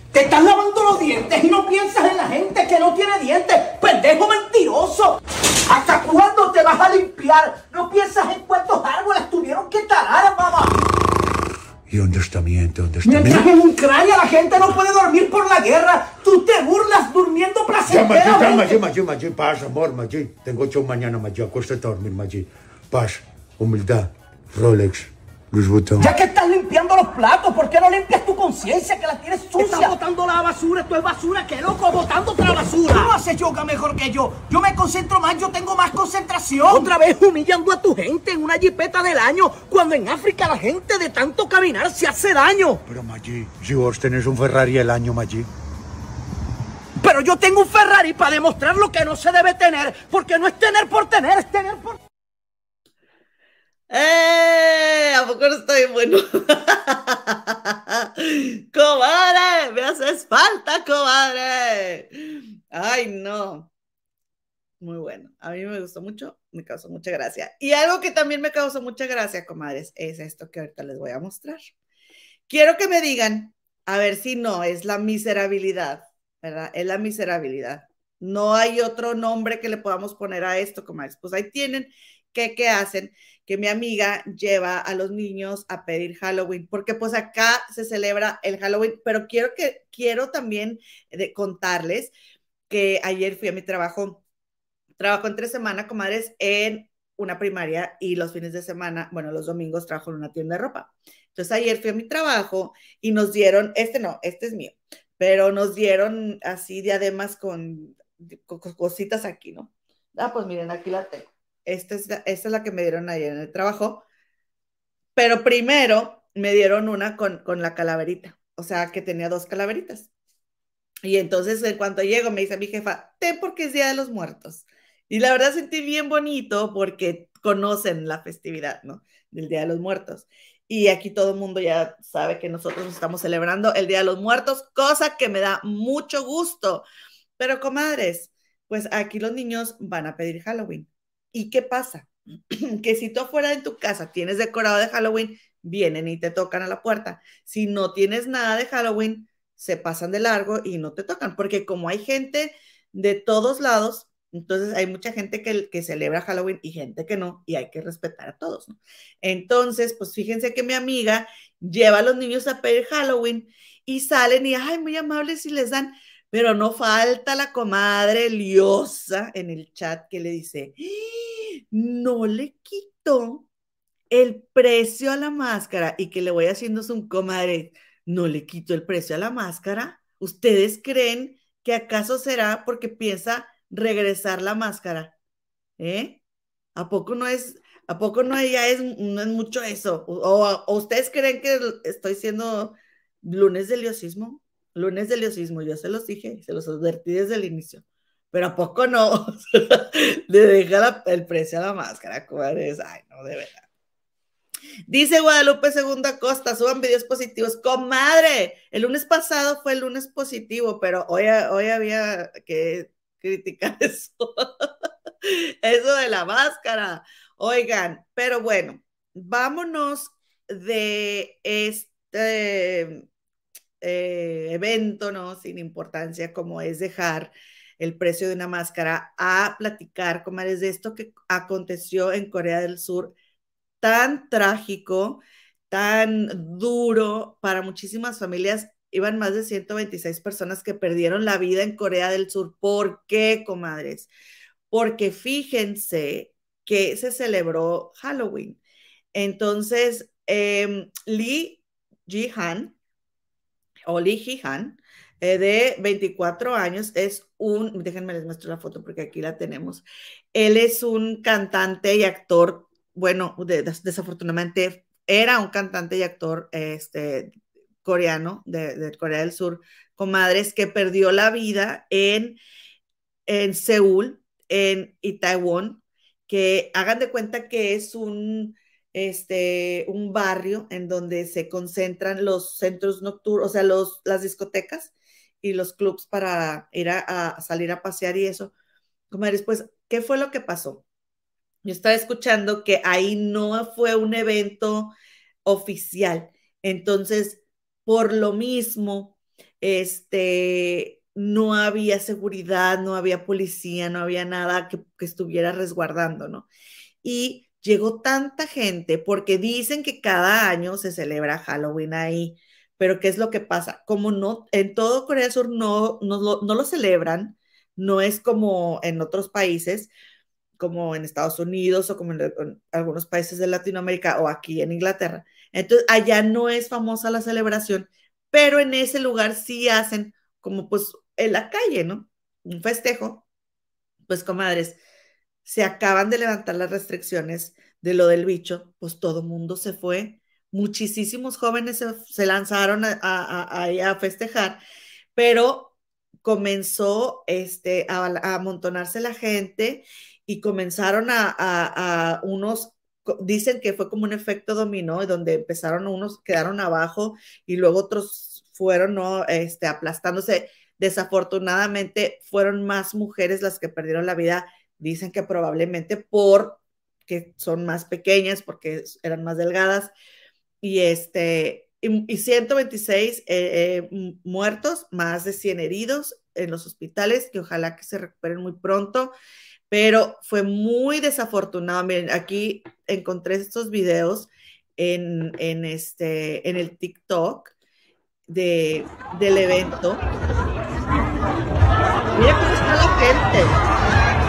Te estás lavando los dientes y no piensas en la gente que no tiene dientes. ¡Pendejo mentiroso! ¿Hasta cuándo te vas a limpiar? No piensas en cuántos árboles tuvieron que talar, mamá. ¿Y dónde está mi gente? ¿Dónde está mi Mientras en Ucrania la gente no puede dormir por la guerra, tú te burlas durmiendo placenteramente. Maggi, paz, amor, Maggi. Tengo show mañana, Maggi. Acuéstate a dormir, Maggi. Paz, humildad, Rolex, Luis Vuitton. Ya que estás limpiando los platos, ¿por qué no limpias tu conciencia que la tienes sucia? Estás botando la basura, esto es basura, qué loco, botándote la basura. Tú no haces yoga mejor que yo me concentro más, yo tengo más concentración. Otra vez humillando a tu gente en una jipeta del año, cuando en África la gente de tanto caminar se hace daño. Pero, Maggi, si vos tenés un Ferrari el año, Maggi. Pero yo tengo un Ferrari para demostrar lo que no se debe tener, porque no es tener por tener, es tener por... ¿A poco no estoy bueno? ¡Comadre! ¡Me haces falta, comadre! ¡Ay, no! Muy bueno. A mí me gustó mucho, me causó mucha gracia. Y algo que también me causó mucha gracia, comadres, es esto que ahorita les voy a mostrar. Quiero que me digan, a ver si no, es la miserabilidad, ¿verdad? Es la miserabilidad. No hay otro nombre que le podamos poner a esto, comadres. Pues ahí tienen. ¿Qué hacen? Que mi amiga lleva a los niños a pedir Halloween, porque pues acá se celebra el Halloween, pero quiero también contarles que ayer fui a mi trabajo entre semana, comadres, en una primaria y los fines de semana, bueno, los domingos trabajo en una tienda de ropa. Entonces ayer fui a mi trabajo y nos dieron, este es mío, pero nos dieron así diademas con cositas aquí, ¿no? Ah, pues miren, aquí la tengo. Esta es la que me dieron ayer en el trabajo, pero primero me dieron una con la calaverita, o sea, que tenía 2 calaveritas. Y entonces, en cuanto llego, me dice mi jefa, ten porque es Día de los Muertos. Y la verdad sentí bien bonito porque conocen la festividad, ¿no? Del Día de los Muertos. Y aquí todo el mundo ya sabe que nosotros estamos celebrando el Día de los Muertos, cosa que me da mucho gusto. Pero, comadres, pues aquí los niños van a pedir Halloween. ¿Y qué pasa? Que si tú afuera de tu casa tienes decorado de Halloween, vienen y te tocan a la puerta. Si no tienes nada de Halloween, se pasan de largo y no te tocan, porque como hay gente de todos lados, entonces hay mucha gente que celebra Halloween y gente que no, y hay que respetar a todos, ¿no? Entonces, pues fíjense que mi amiga lleva a los niños a pedir Halloween y salen y, ay, muy amables si les dan, pero no falta la comadre liosa en el chat que le dice, no le quito el precio a la máscara, y que le voy haciendo un comadre, no le quito el precio a la máscara. ¿Ustedes creen que acaso será porque piensa regresar la máscara? ¿Eh? ¿A poco no es no es mucho eso? ¿O ustedes creen que estoy siendo lunes de liosismo? Lunes de liosismo, yo se los dije, se los advertí desde el inicio. Pero ¿a poco no? Le deja el precio a la máscara, comadres. Ay, no, de verdad. Dice Guadalupe Segunda Costa, suban videos positivos. Comadre, el lunes pasado fue el lunes positivo, pero hoy había que criticar eso. Eso de la máscara. Oigan, pero bueno, vámonos de este evento, ¿no? Sin importancia, como es dejar el precio de una máscara, a platicar, comadres, de esto que aconteció en Corea del Sur, tan trágico, tan duro para muchísimas familias. Iban más de 126 personas que perdieron la vida en Corea del Sur. ¿Por qué, comadres? Porque fíjense que se celebró Halloween. Entonces, Lee Ji-han, o Lee Ji-han, de 24 años, déjenme les muestro la foto porque aquí la tenemos. Él es un cantante y actor, bueno, desafortunadamente era un cantante y actor coreano de Corea del Sur, comadres, que perdió la vida en Seúl, en Itaewon, que hagan de cuenta que es un barrio en donde se concentran los centros nocturnos, o sea, las discotecas y los clubs para ir a salir a pasear y eso. Comadres, pues, ¿qué fue lo que pasó? Yo estaba escuchando que ahí no fue un evento oficial. Entonces, por lo mismo, no había seguridad, no había policía, no había nada que estuviera resguardando, ¿no? Y llegó tanta gente porque dicen que cada año se celebra Halloween ahí, pero ¿qué es lo que pasa? Como no, en todo Corea del Sur no lo celebran, no es como en otros países, como en Estados Unidos o como en algunos países de Latinoamérica o aquí en Inglaterra. Entonces, allá no es famosa la celebración, pero en ese lugar sí hacen como pues en la calle, ¿no? Un festejo. Pues comadres, se acaban de levantar las restricciones de lo del bicho, pues todo el mundo se fue. Muchísimos jóvenes se lanzaron a festejar, pero comenzó a amontonarse la gente y comenzaron a unos, dicen que fue como un efecto dominó, donde empezaron unos, quedaron abajo y luego otros fueron, ¿no? Aplastándose. Desafortunadamente fueron más mujeres las que perdieron la vida, dicen que probablemente porque son más pequeñas, porque eran más delgadas, y 126 muertos, más de 100 heridos en los hospitales, que ojalá que se recuperen muy pronto, pero fue muy desafortunado. Miren, aquí encontré estos videos en el TikTok del evento. Mira cómo está la gente.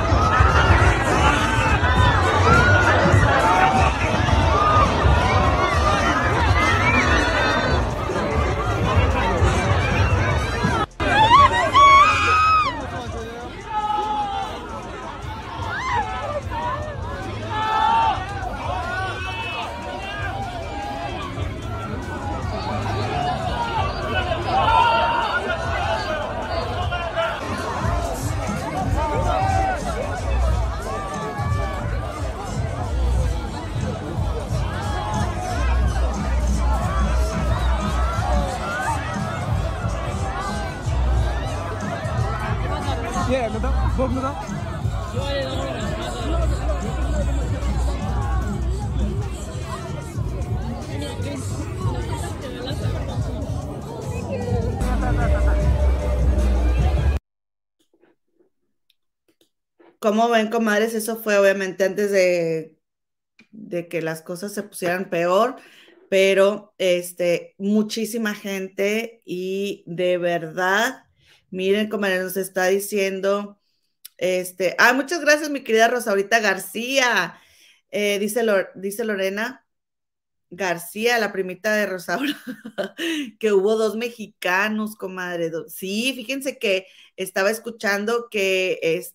Como ven, comadres, eso fue obviamente antes de que las cosas se pusieran peor, pero muchísima gente y de verdad, miren, comadres, nos está diciendo, muchas gracias, mi querida Rosaurita García, dice Lorena García, la primita de Rosaura, que hubo 2 mexicanos, comadre. Sí, fíjense que estaba escuchando que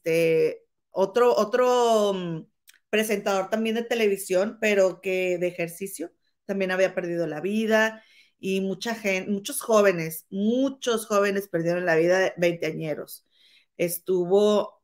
otro presentador también de televisión, pero que de ejercicio, también había perdido la vida y mucha gente, muchos jóvenes perdieron la vida, veinteañeros. Estuvo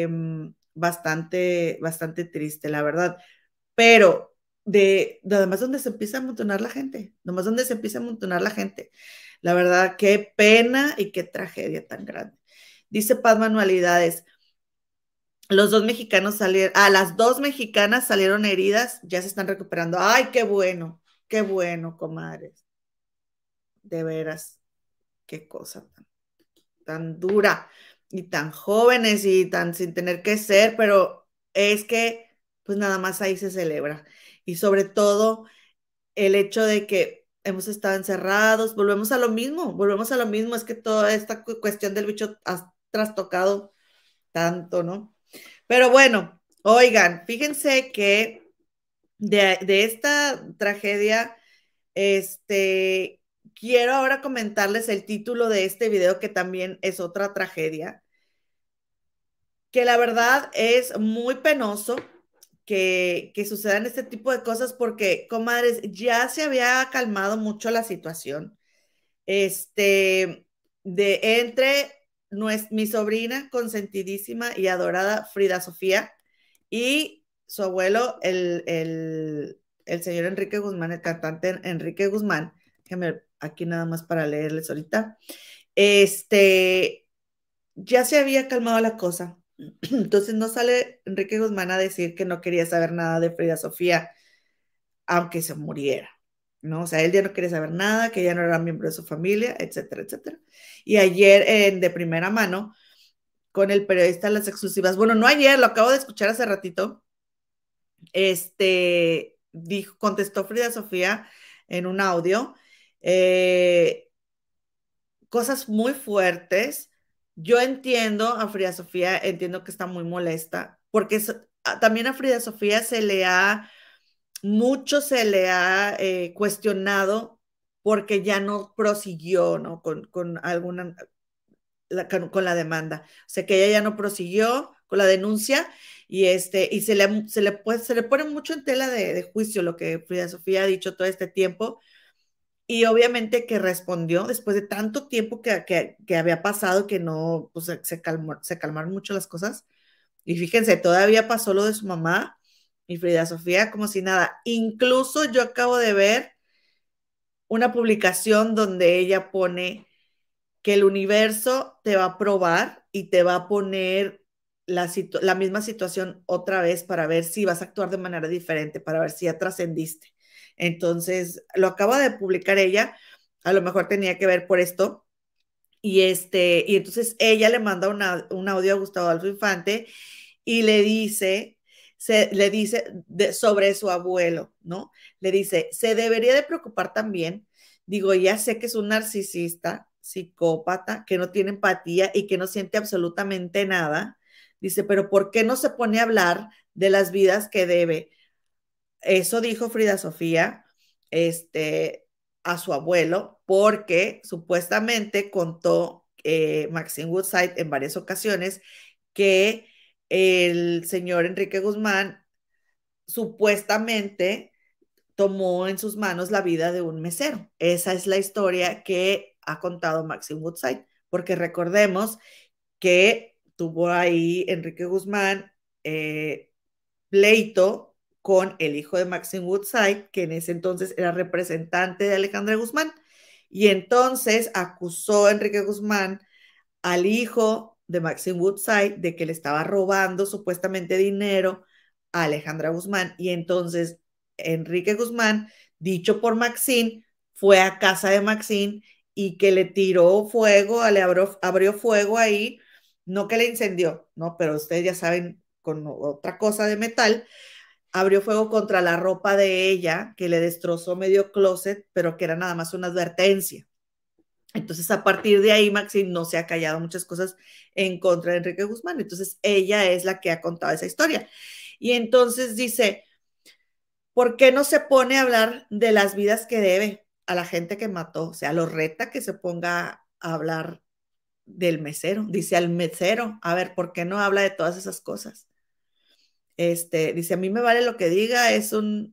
bastante triste, la verdad. Pero además donde se empieza a amontonar la gente, nomás donde se empieza a amontonar la gente. La verdad, qué pena y qué tragedia tan grande. Dice Paz Manualidades, las 2 mexicanas salieron heridas, ya se están recuperando. Ay, qué bueno, comadres. De veras, qué cosa tan dura y tan jóvenes y tan sin tener que ser, pero es que pues nada más ahí se celebra. Y sobre todo el hecho de que hemos estado encerrados, volvemos a lo mismo, es que toda esta cuestión del bicho ha trastocado tanto, ¿no? Pero bueno, oigan, fíjense que de esta tragedia, quiero ahora comentarles el título de este video, que también es otra tragedia, que la verdad es muy penoso que sucedan este tipo de cosas porque, comadres, ya se había calmado mucho la situación. Entre mi sobrina consentidísima y adorada Frida Sofía y su abuelo, el señor Enrique Guzmán, el cantante Enrique Guzmán, déjenme aquí nada más para leerles ahorita, ya se había calmado la cosa. Entonces no sale Enrique Guzmán a decir que no quería saber nada de Frida Sofía, aunque se muriera. ¿no? O sea, él ya no quería saber nada, que ya no era miembro de su familia, etcétera, etcétera. Y ayer, de primera mano, con el periodista Las Exclusivas, bueno, no ayer, lo acabo de escuchar hace ratito, contestó Frida Sofía en un audio, cosas muy fuertes. Yo entiendo a Frida Sofía, entiendo que está muy molesta, porque también a Frida Sofía mucho se le ha cuestionado porque ya no prosiguió, ¿no? Con la demanda. O sea, que ella ya no prosiguió con la denuncia y se le pone mucho en tela de juicio lo que Frida Sofía ha dicho todo este tiempo. Y obviamente que respondió después de tanto tiempo que había pasado que no, pues se calmaron mucho las cosas. Y fíjense, todavía pasó lo de su mamá y Frida Sofía como si nada. Incluso yo acabo de ver una publicación donde ella pone que el universo te va a probar y te va a poner la misma situación otra vez para ver si vas a actuar de manera diferente, para ver si ya trascendiste. Entonces, lo acaba de publicar ella, a lo mejor tenía que ver por esto, y entonces ella le manda un audio a Gustavo Adolfo Infante y le dice sobre su abuelo, ¿no? Le dice, se debería de preocupar también, digo, ya sé que es un narcisista, psicópata, que no tiene empatía y que no siente absolutamente nada, dice, pero ¿por qué no se pone a hablar de las vidas que debe? Eso dijo Frida Sofía, a su abuelo, porque supuestamente contó Maxine Woodside en varias ocasiones que el señor Enrique Guzmán supuestamente tomó en sus manos la vida de un mesero. Esa es la historia que ha contado Maxine Woodside, porque recordemos que tuvo ahí Enrique Guzmán pleito con el hijo de Maxine Woodside, que en ese entonces era representante de Alejandra Guzmán, y entonces acusó a Enrique Guzmán al hijo de Maxine Woodside de que le estaba robando supuestamente dinero a Alejandra Guzmán, y entonces Enrique Guzmán, dicho por Maxine, fue a casa de Maxine y que le tiró fuego, abrió fuego ahí, no que le incendió, no, pero ustedes ya saben, con otra cosa de metal, abrió fuego contra la ropa de ella, que le destrozó medio closet, pero que era nada más una advertencia. Entonces, a partir de ahí, Maxine no se ha callado muchas cosas en contra de Enrique Guzmán. Entonces, ella es la que ha contado esa historia. Y entonces dice, ¿por qué no se pone a hablar de las vidas que debe a la gente que mató? O sea, lo reta que se ponga a hablar del mesero. Dice al mesero, a ver, ¿por qué no habla de todas esas cosas? Dice, a mí me vale lo que diga, es un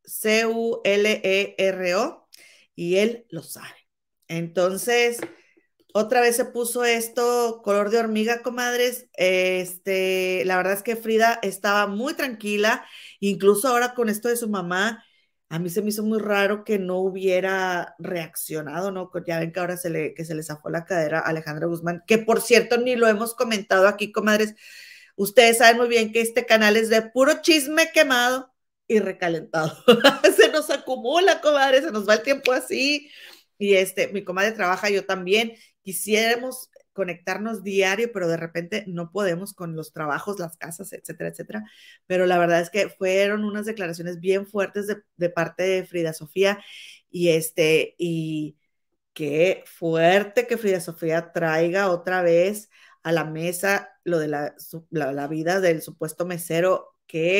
Culero y él lo sabe. Entonces, otra vez se puso esto color de hormiga, comadres. La verdad es que Frida estaba muy tranquila, incluso ahora con esto de su mamá, a mí se me hizo muy raro que no hubiera reaccionado, ¿no? Ya ven que ahora se le zafó la cadera a Alejandra Guzmán, que por cierto ni lo hemos comentado aquí, comadres. Ustedes saben muy bien que este canal es de puro chisme quemado y recalentado. Se nos acumula, comadre, se nos va el tiempo así. Y mi comadre trabaja, yo también. Quisiéramos conectarnos diario, pero de repente no podemos con los trabajos, las casas, etcétera, etcétera. Pero la verdad es que fueron unas declaraciones bien fuertes de parte de Frida Sofía y qué fuerte que Frida Sofía traiga otra vez a la mesa lo de la vida del supuesto mesero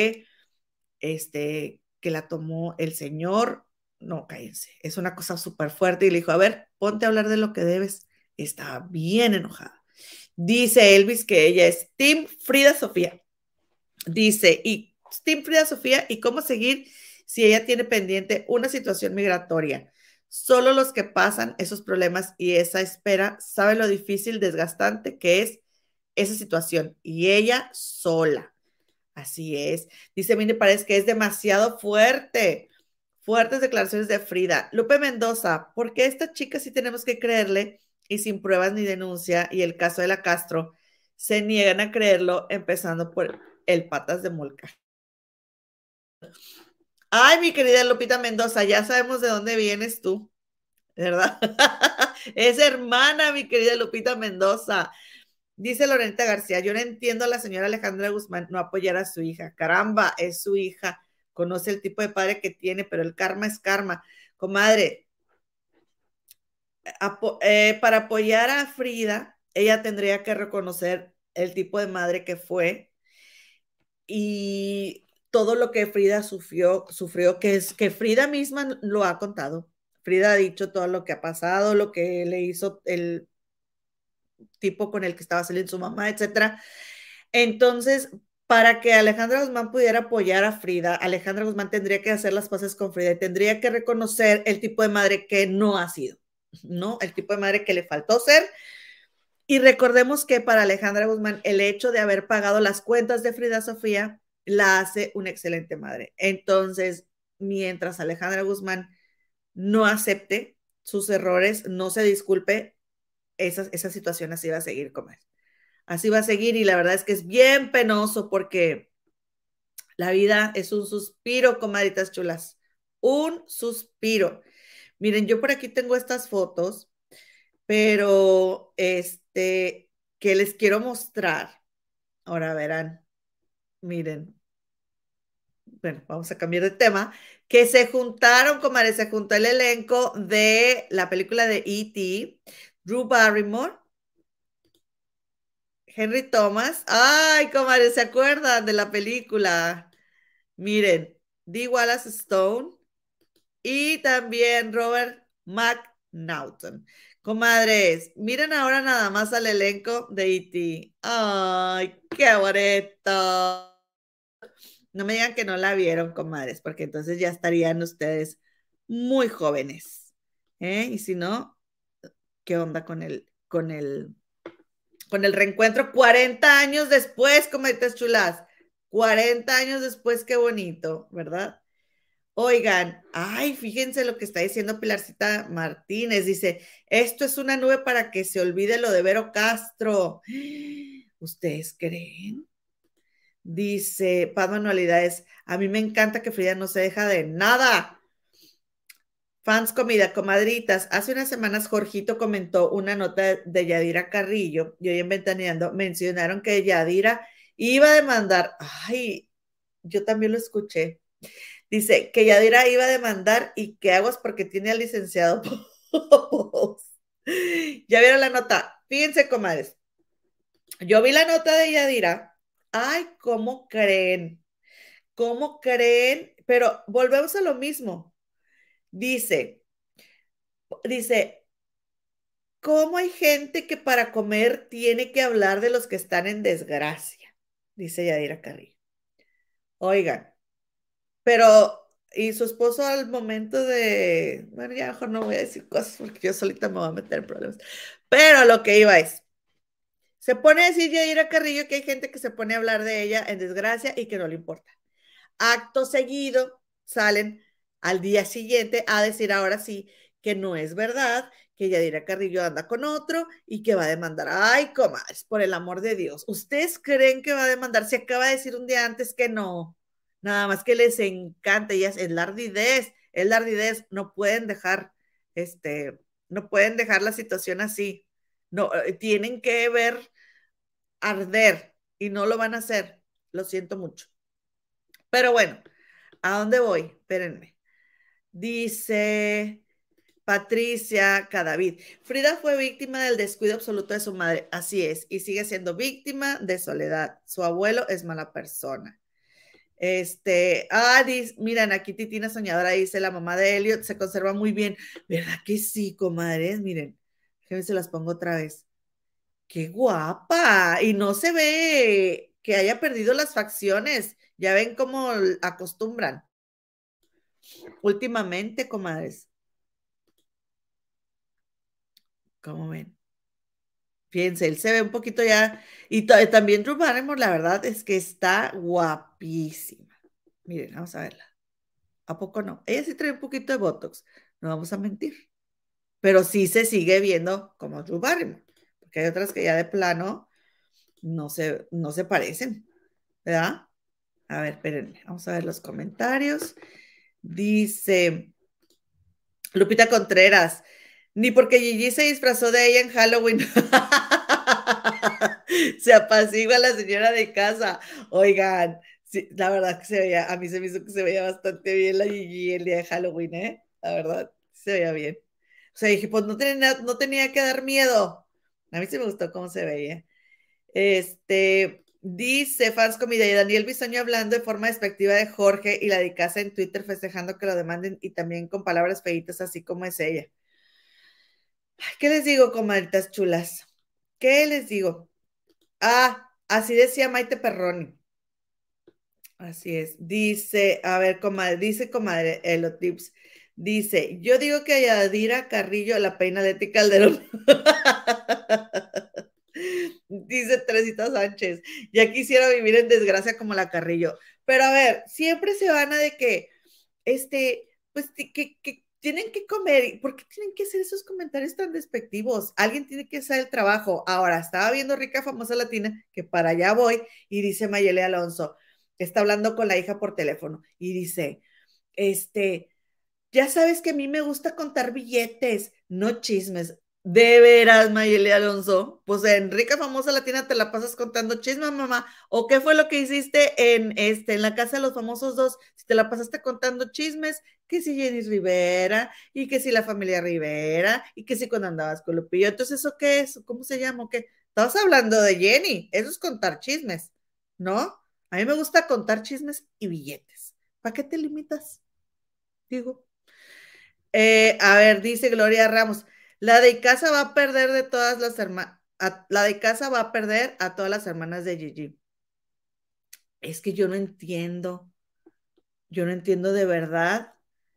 que la tomó el señor. No, cállense, es una cosa súper fuerte. Y le dijo, a ver, ponte a hablar de lo que debes. Estaba bien enojada. Dice Elvis que ella es Team Frida Sofía. Dice, y Team Frida Sofía, ¿y cómo seguir si ella tiene pendiente una situación migratoria? Solo los que pasan esos problemas y esa espera saben lo difícil, desgastante que es esa situación. Y ella sola. Así es. Dice, me parece que es demasiado fuerte. Fuertes declaraciones de Frida. Lupe Mendoza, ¿por qué a esta chica sí tenemos que creerle y sin pruebas ni denuncia? Y el caso de la Castro, se niegan a creerlo, empezando por el Patas de Molca. Ay, mi querida Lupita Mendoza, ya sabemos de dónde vienes tú, ¿verdad? Es hermana, mi querida Lupita Mendoza. Dice Lorenta García, yo no entiendo a la señora Alejandra Guzmán no apoyar a su hija. Caramba, es su hija. Conoce el tipo de padre que tiene, pero el karma es karma. Comadre, para apoyar a Frida, ella tendría que reconocer el tipo de madre que fue y todo lo que Frida sufrió, que es que Frida misma lo ha contado. Frida ha dicho todo lo que ha pasado, lo que le hizo el tipo con el que estaba saliendo su mamá, etcétera. Entonces, para que Alejandra Guzmán pudiera apoyar a Frida, Alejandra Guzmán tendría que hacer las paces con Frida y tendría que reconocer el tipo de madre que no ha sido, ¿no? El tipo de madre que le faltó ser. Y recordemos que para Alejandra Guzmán, el hecho de haber pagado las cuentas de Frida Sofía la hace una excelente madre. Entonces, mientras Alejandra Guzmán no acepte sus errores, no se disculpe, esa situación así va a seguir como es. Así va a seguir y la verdad es que es bien penoso porque la vida es un suspiro, comadritas chulas, un suspiro. Miren, yo por aquí tengo estas fotos, pero que les quiero mostrar. Ahora verán, miren, bueno, vamos a cambiar de tema, que se juntaron, comadres, se juntó el elenco de la película de E.T., Drew Barrymore, Henry Thomas. Ay, comadre, ¿se acuerdan de la película? Miren, Dee Wallace Stone y también Robert McNaughton. Comadres, miren ahora nada más al elenco de E.T. Ay, qué bonito. No me digan que no la vieron, comadres, porque entonces ya estarían ustedes muy jóvenes. ¿Eh? Y si no, ¿qué onda con el reencuentro 40 años después, comadres chulas? 40 años después, qué bonito, ¿verdad? Oigan, ay, fíjense lo que está diciendo Pilarcita Martínez. Dice, esto es una nube para que se olvide lo de Vero Castro. ¿Ustedes creen? Dice Paz Manualidades, a mí me encanta que Frida no se deja de nada. Fans Comida, comadritas. Hace unas semanas Jorgito comentó una nota de Yadira Carrillo y hoy en Ventaneando mencionaron que Yadira iba a demandar. Ay, yo también lo escuché. Dice que Yadira iba a demandar y que aguas porque tiene al licenciado. Ya vieron la nota. Fíjense, comadres. Yo vi la nota de Yadira. Ay, ¿cómo creen? ¿Cómo creen? Pero volvemos a lo mismo. Dice, ¿cómo hay gente que para comer tiene que hablar de los que están en desgracia? Dice Yadira Carrillo. Oigan, pero, y su esposo al momento de, bueno, ya mejor no voy a decir cosas porque yo solita me voy a meter en problemas. Pero lo que iba es, se pone a decir Yadira Carrillo que hay gente que se pone a hablar de ella en desgracia y que no le importa. Acto seguido salen al día siguiente a decir ahora sí que no es verdad, que Yadira Carrillo anda con otro y que va a demandar. Ay, comadres, por el amor de Dios. ¿Ustedes creen que va a demandar? Se acaba de decir un día antes que no. Nada más que les encanta, ellas es la ardidez, no pueden dejar, no pueden dejar la situación así. No, tienen que ver arder y no lo van a hacer. Lo siento mucho. Pero bueno, ¿a dónde voy? Espérenme. Dice Patricia Cadavid. Frida fue víctima del descuido absoluto de su madre. Así es. Y sigue siendo víctima de soledad. Su abuelo es mala persona. Miren, aquí Titina Soñadora dice, la mamá de Elliot se conserva muy bien. ¿Verdad que sí, comadres? Miren, déjenme se las pongo otra vez. ¡Qué guapa! Y no se ve que haya perdido las facciones. Ya ven cómo acostumbran. Últimamente, comadres. ¿Cómo ven? Fíjense, él se ve un poquito ya. Y también Drew Barrymore, la verdad es que está guapísima. Miren, vamos a verla. ¿A poco no? Ella sí trae un poquito de Botox, no vamos a mentir. Pero sí se sigue viendo como Drew Barrymore. Porque hay otras que ya de plano no se parecen, ¿verdad? A ver, espérenme, vamos a ver los comentarios. Dice Lupita Contreras, ni porque Gigi se disfrazó de ella en Halloween. Se apacigua la señora de casa. Oigan, sí, la verdad que se veía, a mí se me hizo que se veía bastante bien la Gigi el día de Halloween, ¿eh? La verdad, se veía bien. O sea, dije, pues no tenía que dar miedo. A mí sí me gustó cómo se veía. Dice Fans Comida y Daniel Bisoño hablando de forma despectiva de Jorge y la de casa en Twitter festejando que lo demanden y también con palabras feitas así como es ella. Ay, ¿qué les digo, comadritas chulas? ¿Qué les digo? Ah, así decía Maite Perroni. Así es. Dice, a ver, comadre, dice comadre Elotips. Dice, yo digo que a Yadira Carrillo la peina Leti Calderón. Dice Teresita Sánchez, ya quisiera vivir en desgracia como la Carrillo. Pero a ver, siempre se van a de que, pues que tienen que comer. ¿Por qué tienen que hacer esos comentarios tan despectivos? Alguien tiene que hacer el trabajo. Ahora, estaba viendo Rica Famosa Latina, que para allá voy, y dice Mayele Alonso, está hablando con la hija por teléfono, y dice, ya sabes que a mí me gusta contar billetes, no chismes. De veras, Mayeli Alonso. Pues en Rica Famosa Latina te la pasas contando chismes, mamá. ¿O qué fue lo que hiciste en la casa de los famosos dos? Si te la pasaste contando chismes, que si Jenny Rivera, y que si la familia Rivera, y que si cuando andabas con Lupillo. Entonces, ¿eso qué es? ¿Cómo se llama? ¿Qué? Estabas hablando de Jenny. Eso es contar chismes, ¿no? A mí me gusta contar chismes y billetes. ¿Para qué te limitas? Digo. A ver, dice Gloria Ramos, la de casa va a perder de todas las hermanas, la de casa va a perder a todas las hermanas de Gigi. Es que yo no entiendo de verdad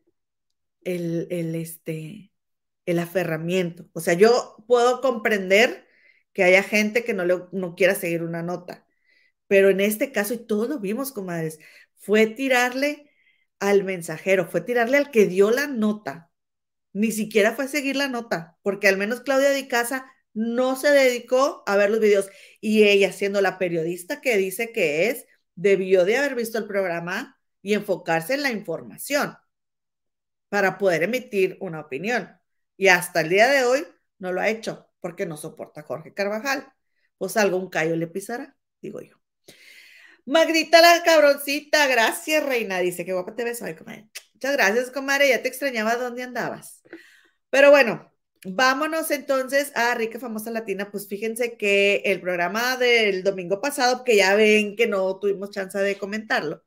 el aferramiento. O sea, yo puedo comprender que haya gente que no quiera seguir una nota, pero en este caso, y todos lo vimos, comadres, fue tirarle al mensajero, fue tirarle al que dio la nota. Ni siquiera fue a seguir la nota, porque al menos Claudia Di Casa no se dedicó a ver los videos y ella, siendo la periodista que dice que es, debió de haber visto el programa y enfocarse en la información para poder emitir una opinión. Y hasta el día de hoy no lo ha hecho porque no soporta a Jorge Carvajal. Pues algún callo le pisará, digo yo. Magdita la cabroncita, gracias, reina. Dice que guapa te ves hoy, comadre. Muchas gracias, comadre. Ya te extrañaba dónde andabas. Pero bueno, vámonos entonces a Rica Famosa Latina. Pues fíjense que el programa del domingo pasado, que ya ven que no tuvimos chance de comentarlo,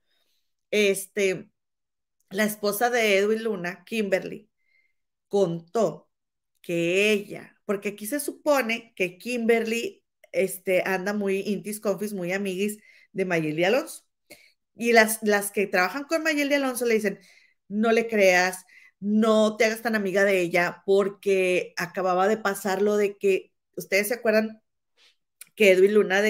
la esposa de Edwin Luna, Kimberly, contó que ella, porque aquí se supone que Kimberly anda muy intis confis, muy amiguis de Mayeli Alonso. Y las que trabajan con Mayeli Alonso le dicen, no le creas, no te hagas tan amiga de ella, porque acababa de pasar lo de que, ustedes se acuerdan que Edwin Luna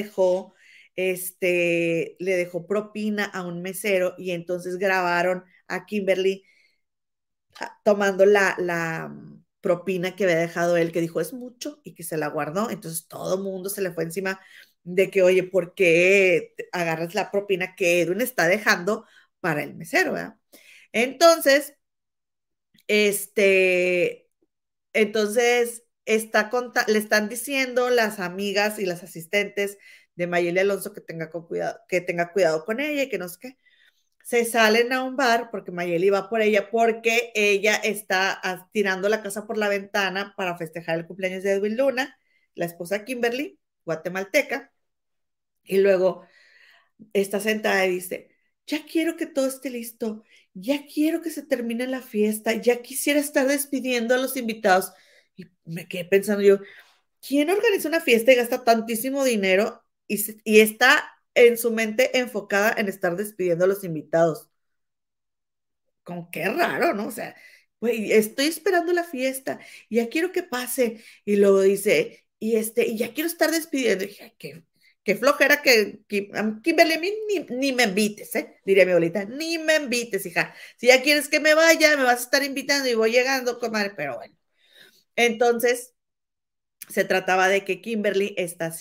le dejó propina a un mesero y entonces grabaron a Kimberly tomando la propina que había dejado él, que dijo es mucho y que se la guardó. Entonces todo el mundo se le fue encima de que, oye, ¿por qué agarras la propina que Edwin está dejando para el mesero, ¿verdad? Entonces, entonces le están diciendo las amigas y las asistentes de Mayeli Alonso que tenga cuidado con ella y que no sé qué. Se salen a un bar porque Mayeli va por ella porque ella está tirando la casa por la ventana para festejar el cumpleaños de Edwin Luna, la esposa Kimberly, guatemalteca, y luego está sentada y dice, ya quiero que todo esté listo, ya quiero que se termine la fiesta, ya quisiera estar despidiendo a los invitados. Y me quedé pensando yo, ¿quién organiza una fiesta y gasta tantísimo dinero y está en su mente enfocada en estar despidiendo a los invitados? Como qué raro, ¿no? O sea, güey, estoy esperando la fiesta y ya quiero que pase. Y luego dice, y ya quiero estar despidiendo. Y dije, qué flojera que Kimberly, a mí ni me invites, ¿eh? Diría mi abuelita, ni me invites, hija. Si ya quieres que me vaya, me vas a estar invitando y voy llegando, comadre, pero bueno. Entonces, se trataba de que Kimberly está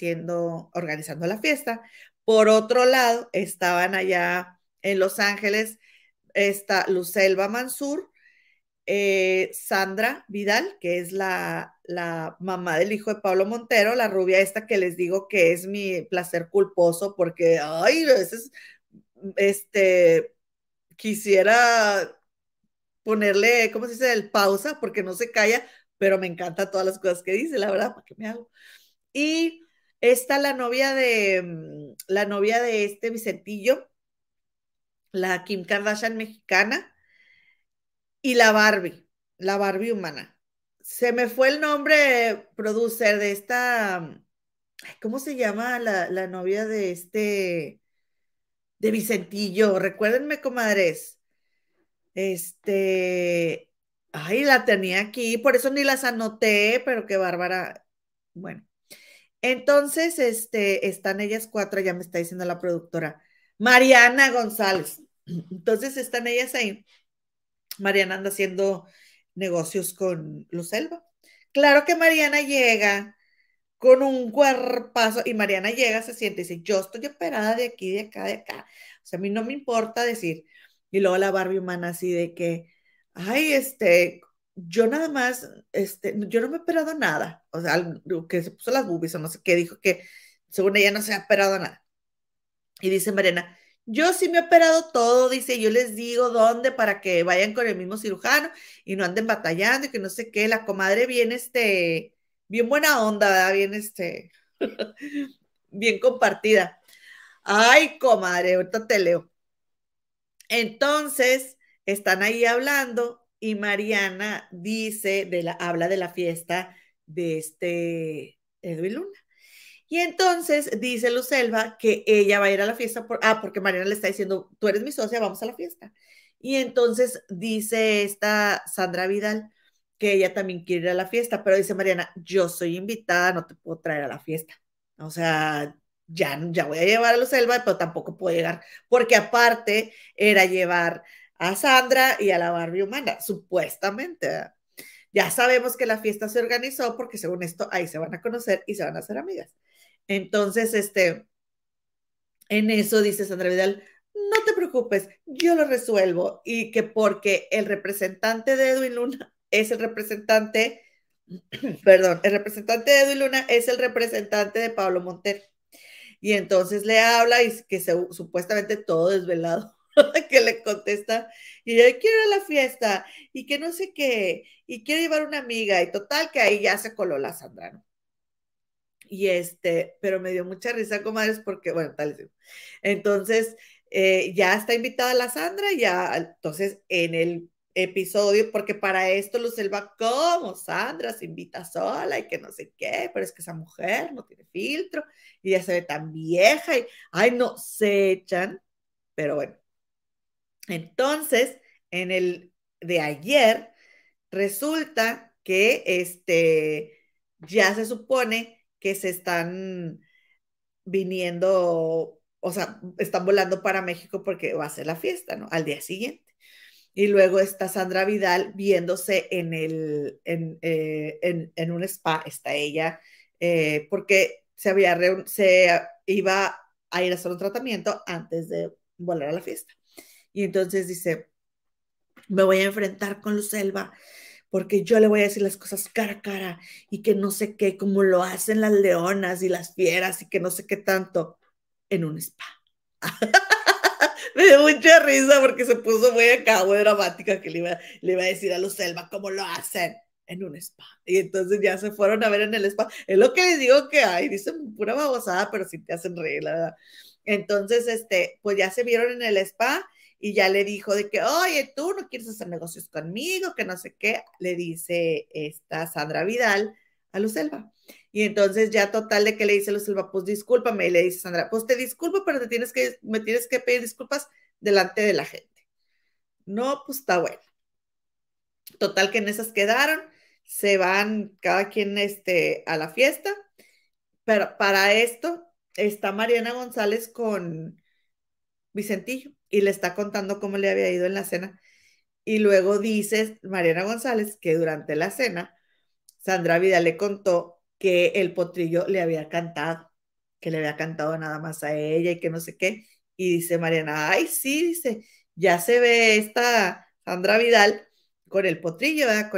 organizando la fiesta. Por otro lado, estaban allá en Los Ángeles está Lucelva Mansur, Sandra Vidal, que es la mamá del hijo de Pablo Montero, la rubia esta que les digo que es mi placer culposo porque, ay, a veces, quisiera ponerle, ¿cómo se dice? El pausa porque no se calla, pero me encantan todas las cosas que dice, la verdad, ¿para qué me hago? Y está la novia de este Vicentillo, la Kim Kardashian mexicana, y la Barbie humana. Se me fue el nombre, producer, de esta, ¿cómo se llama la novia de Vicentillo? Recuérdenme, comadres. Ay, la tenía aquí, por eso ni las anoté, pero qué bárbara. Bueno, entonces, están ellas cuatro, ya me está diciendo la productora, Mariana González. Entonces están ellas ahí. Mariana anda haciendo negocios con Lucelva. Claro que Mariana llega con un cuerpazo y Mariana llega, se siente y dice, yo estoy operada de aquí, de acá, de acá. O sea, a mí no me importa decir. Y luego la Barbie humana así de que, ay, yo nada más, yo no me he operado nada. O sea, que se puso las boobies o no sé qué, dijo que según ella no se ha operado nada. Y dice Mariana, yo sí me he operado todo, dice, yo les digo dónde para que vayan con el mismo cirujano y no anden batallando y que no sé qué, la comadre bien, bien buena onda, ¿verdad? Bien, bien compartida. Ay, comadre, ahorita te leo. Entonces, están ahí hablando y Mariana habla de la fiesta de Edwin Luna. Y entonces dice Lucelva que ella va a ir a la fiesta porque Mariana le está diciendo, tú eres mi socia, vamos a la fiesta. Y entonces dice esta Sandra Vidal que ella también quiere ir a la fiesta, pero dice Mariana, yo soy invitada, no te puedo traer a la fiesta. O sea, ya voy a llevar a Lucelva, pero tampoco puedo llegar, porque aparte era llevar a Sandra y a la Barbie humana, supuestamente, ¿verdad? Ya sabemos que la fiesta se organizó porque según esto ahí se van a conocer y se van a hacer amigas. Entonces, en eso dice Sandra Vidal, no te preocupes, yo lo resuelvo. Y que porque el representante de Edwin Luna es el representante, perdón, el representante de Edwin Luna es el representante de Pablo Montero. Y entonces le habla y que supuestamente todo desvelado, que le contesta, y yo quiero ir a la fiesta, y que no sé qué, y quiero llevar una amiga, y total que ahí ya se coló la Sandra, ¿no? Y pero me dio mucha risa, comadres, porque, bueno, tal vez. Entonces, ya está invitada la Sandra, ya, entonces, en el episodio, porque para esto Lucelva, como Sandra se invita sola y que no sé qué, pero es que esa mujer no tiene filtro y ya se ve tan vieja y, ay, no, se echan, pero bueno. Entonces, en el de ayer, resulta que ya se supone que se están viniendo, o sea, están volando para México porque va a ser la fiesta, ¿no? Al día siguiente. Y luego está Sandra Vidal viéndose en un spa, está ella, porque se iba a ir a hacer un tratamiento antes de volar a la fiesta. Y entonces dice, me voy a enfrentar con Lucelva porque yo le voy a decir las cosas cara a cara y que no sé qué, como lo hacen las leonas y las fieras y que no sé qué tanto en un spa. Me dio mucha risa porque se puso muy acá, muy dramática que le iba a decir a Lucelva cómo lo hacen en un spa. Y entonces ya se fueron a ver en el spa. Es lo que les digo que hay, dicen pura babosada, pero sí te hacen reír, la verdad. Entonces, pues ya se vieron en el spa y ya le dijo de que, oye, tú no quieres hacer negocios conmigo, que no sé qué, le dice esta Sandra Vidal a Lucelva. Y entonces ya total de que le dice Lucelva, pues discúlpame, y le dice Sandra, pues te disculpo, pero me tienes que pedir disculpas delante de la gente. No, pues está bueno. Total que en esas quedaron, se van cada quien a la fiesta, pero para esto está Mariana González con Vicentillo y le está contando cómo le había ido en la cena. Y luego dice Mariana González que durante la cena, Sandra Vidal le contó que el potrillo le había cantado, que le había cantado nada más a ella y que no sé qué. Y dice Mariana, ay, sí, dice, ya se ve esta Sandra Vidal con el potrillo, ¿verdad?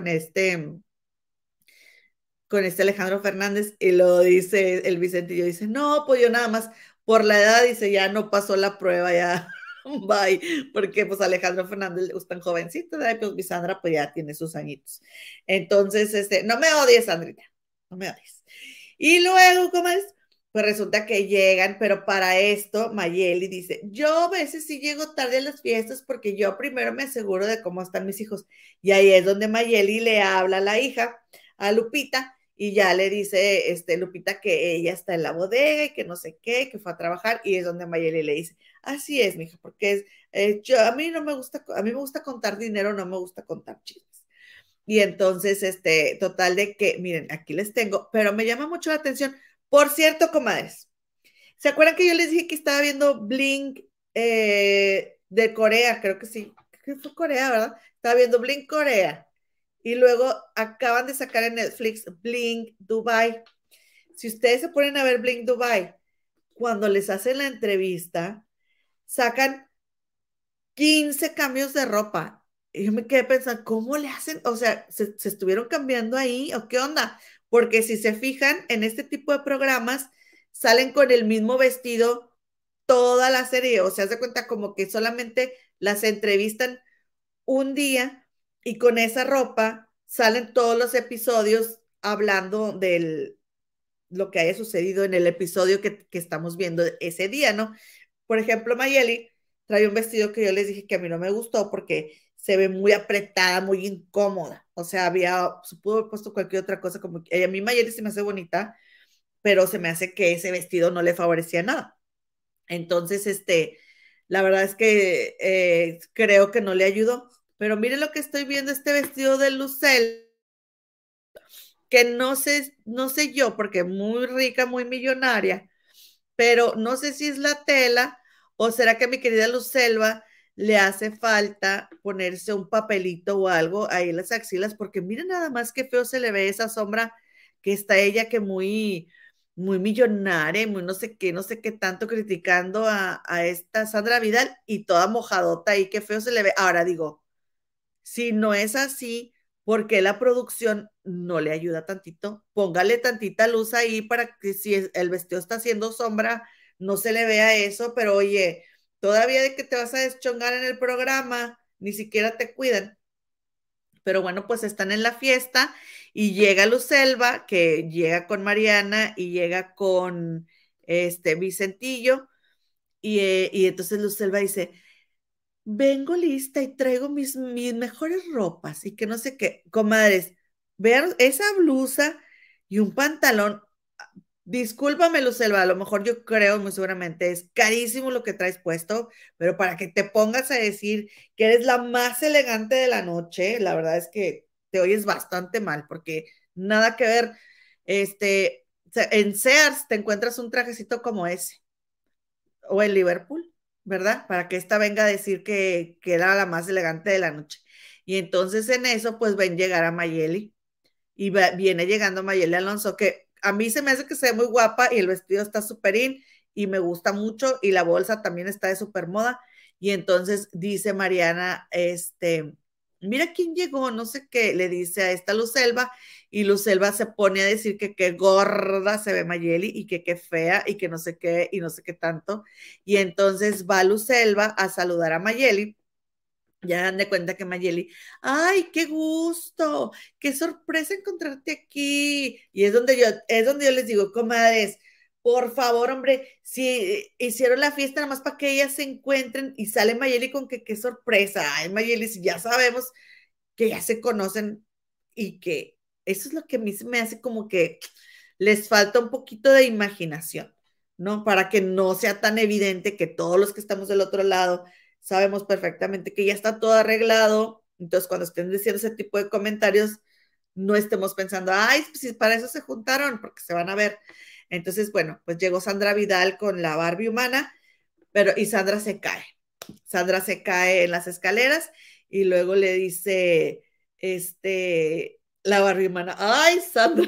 Con este Alejandro Fernández, y lo dice el Vicentillo, dice, no, pues yo nada más por la edad, dice, ya no pasó la prueba, ya, bye, porque pues Alejandro Fernández es tan jovencito, ¿verdad? Pues mi Sandra pues ya tiene sus añitos. Entonces, no me odies, Sandrita, no me odies. Y luego, ¿cómo es? Pues resulta que llegan, pero para esto Mayeli dice, yo a veces sí llego tarde a las fiestas porque yo primero me aseguro de cómo están mis hijos. Y ahí es donde Mayeli le habla a la hija, a Lupita, y ya le dice Lupita que ella está en la bodega y que no sé qué, que fue a trabajar, y es donde Mayeli le dice, así es, mija, porque a mí no me gusta, a mí me gusta contar dinero, no me gusta contar chismes. Y entonces, total de que, miren, aquí les tengo, pero me llama mucho la atención. Por cierto, comadres, ¿se acuerdan que yo les dije que estaba viendo Blink de Corea? Creo que sí, creo que fue Corea, ¿verdad? Estaba viendo Blink Corea. Y luego acaban de sacar en Netflix Blink Dubai. Si ustedes se ponen a ver Blink Dubai, cuando les hacen la entrevista, sacan 15 cambios de ropa. Y yo me quedé pensando, ¿cómo le hacen? O sea, ¿se estuvieron cambiando ahí o qué onda? Porque si se fijan en este tipo de programas, salen con el mismo vestido toda la serie. O sea, se cuenta como que solamente las entrevistan un día y con esa ropa salen todos los episodios hablando de lo que haya sucedido en el episodio que estamos viendo ese día, ¿no? Por ejemplo, Mayeli trae un vestido que yo les dije que a mí no me gustó porque se ve muy apretada, muy incómoda. O sea, se pudo haber puesto cualquier otra cosa, como que a mí Mayeli se me hace bonita, pero se me hace que ese vestido no le favorecía nada. Entonces, la verdad es que creo que no le ayudó. Pero miren lo que estoy viendo, este vestido de Lucel, que no sé yo, porque muy rica, muy millonaria, pero no sé si es la tela o será que a mi querida Lucelva le hace falta ponerse un papelito o algo ahí en las axilas, porque miren nada más qué feo se le ve esa sombra que está ella que muy millonaria, muy no sé qué tanto criticando a esta Sandra Vidal y toda mojadota y qué feo se le ve. Ahora digo, si no es así, ¿por qué la producción no le ayuda tantito? Póngale tantita luz ahí para que si el vestido está haciendo sombra, no se le vea eso, pero oye, todavía de que te vas a deschongar en el programa, ni siquiera te cuidan. Pero bueno, pues están en la fiesta y llega Lucelva, que llega con Mariana y llega con Vicentillo, y entonces Lucelva dice, vengo lista y traigo mis mejores ropas y que no sé qué. Comadres, vean esa blusa y un pantalón. Discúlpame, Lucelva, a lo mejor yo creo muy seguramente es carísimo lo que traes puesto, pero para que te pongas a decir que eres la más elegante de la noche, la verdad es que te oyes bastante mal, porque nada que ver, en Sears te encuentras un trajecito como ese o en Liverpool, ¿verdad? Para que esta venga a decir que era la más elegante de la noche. Y entonces en eso, pues ven llegar a Mayeli y viene llegando Mayeli Alonso, que a mí se me hace que se ve muy guapa y el vestido está súper in y me gusta mucho y la bolsa también está de súper moda. Y entonces dice Mariana, mira quién llegó, no sé qué, le dice a esta Lucelva y Lucelva se pone a decir que qué gorda se ve Mayeli y que qué fea y que no sé qué y no sé qué tanto. Y entonces va Lucelva a saludar a Mayeli. Ya dan de cuenta que Mayeli, ay, qué gusto, qué sorpresa encontrarte aquí. Y es donde yo les digo, comadres, por favor, hombre, si hicieron la fiesta nada más para que ellas se encuentren y sale Mayeli con que qué sorpresa. Ay, Mayeli, si ya sabemos que ya se conocen y que eso es lo que a mí se me hace como que les falta un poquito de imaginación, ¿no? Para que no sea tan evidente que todos los que estamos del otro lado sabemos perfectamente que ya está todo arreglado. Entonces, cuando estén diciendo ese tipo de comentarios, no estemos pensando, ay, pues si para eso se juntaron, porque se van a ver. Entonces, bueno, pues llegó Sandra Vidal con la Barbie humana, y Sandra se cae. Sandra se cae en las escaleras y luego le dice, la Barbie humana, ay, Sandra,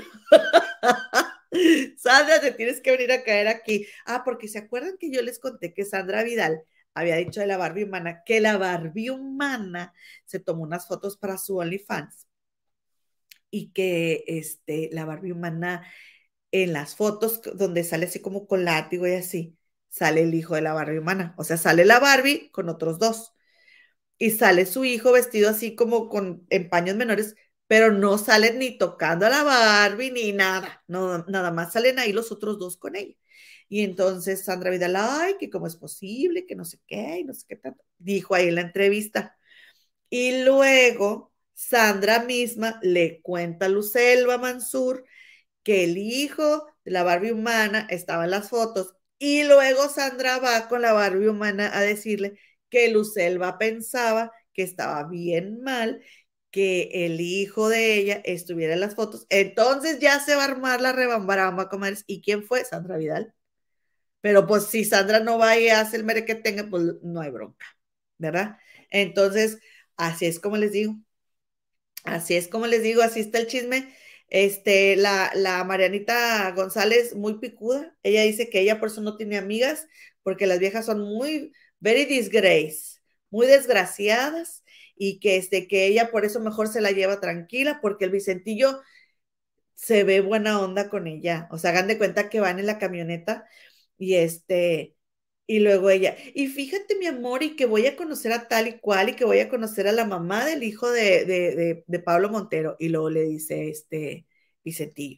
Sandra, te tienes que venir a caer aquí. Ah, porque se acuerdan que yo les conté que Sandra Vidal había dicho de la Barbie humana, que la Barbie humana se tomó unas fotos para su OnlyFans y que la Barbie humana en las fotos donde sale así como con látigo y así, sale el hijo de la Barbie humana. O sea, sale la Barbie con otros dos y sale su hijo vestido así como en paños menores, pero no salen ni tocando a la Barbie ni nada, no, nada más salen ahí los otros dos con ella. Y entonces Sandra Vidal, ay, que cómo es posible, que no sé qué, y no sé qué tanto, dijo ahí en la entrevista. Y luego Sandra misma le cuenta a Lucelva Mansur que el hijo de la Barbie humana estaba en las fotos y luego Sandra va con la Barbie humana a decirle que Lucelva pensaba que estaba bien mal que el hijo de ella estuviera en las fotos. Entonces ya se va a armar la rebambaramba, comadres. ¿Y quién fue? Sandra Vidal. Pero pues si Sandra no va y hace el mere que tenga, pues no hay bronca, ¿verdad? Entonces, así es como les digo. Así es como les digo, así está el chisme. La Marianita González, muy picuda. Ella dice que ella por eso no tiene amigas, porque las viejas son muy, very disgrace, muy desgraciadas, y que ella por eso mejor se la lleva tranquila, porque el Vicentillo se ve buena onda con ella. O sea, hagan de cuenta que van en la camioneta y y luego ella, y fíjate mi amor, y que voy a conocer a tal y cual, y que voy a conocer a la mamá del hijo de Pablo Montero. Y luego le dice Vicentillo,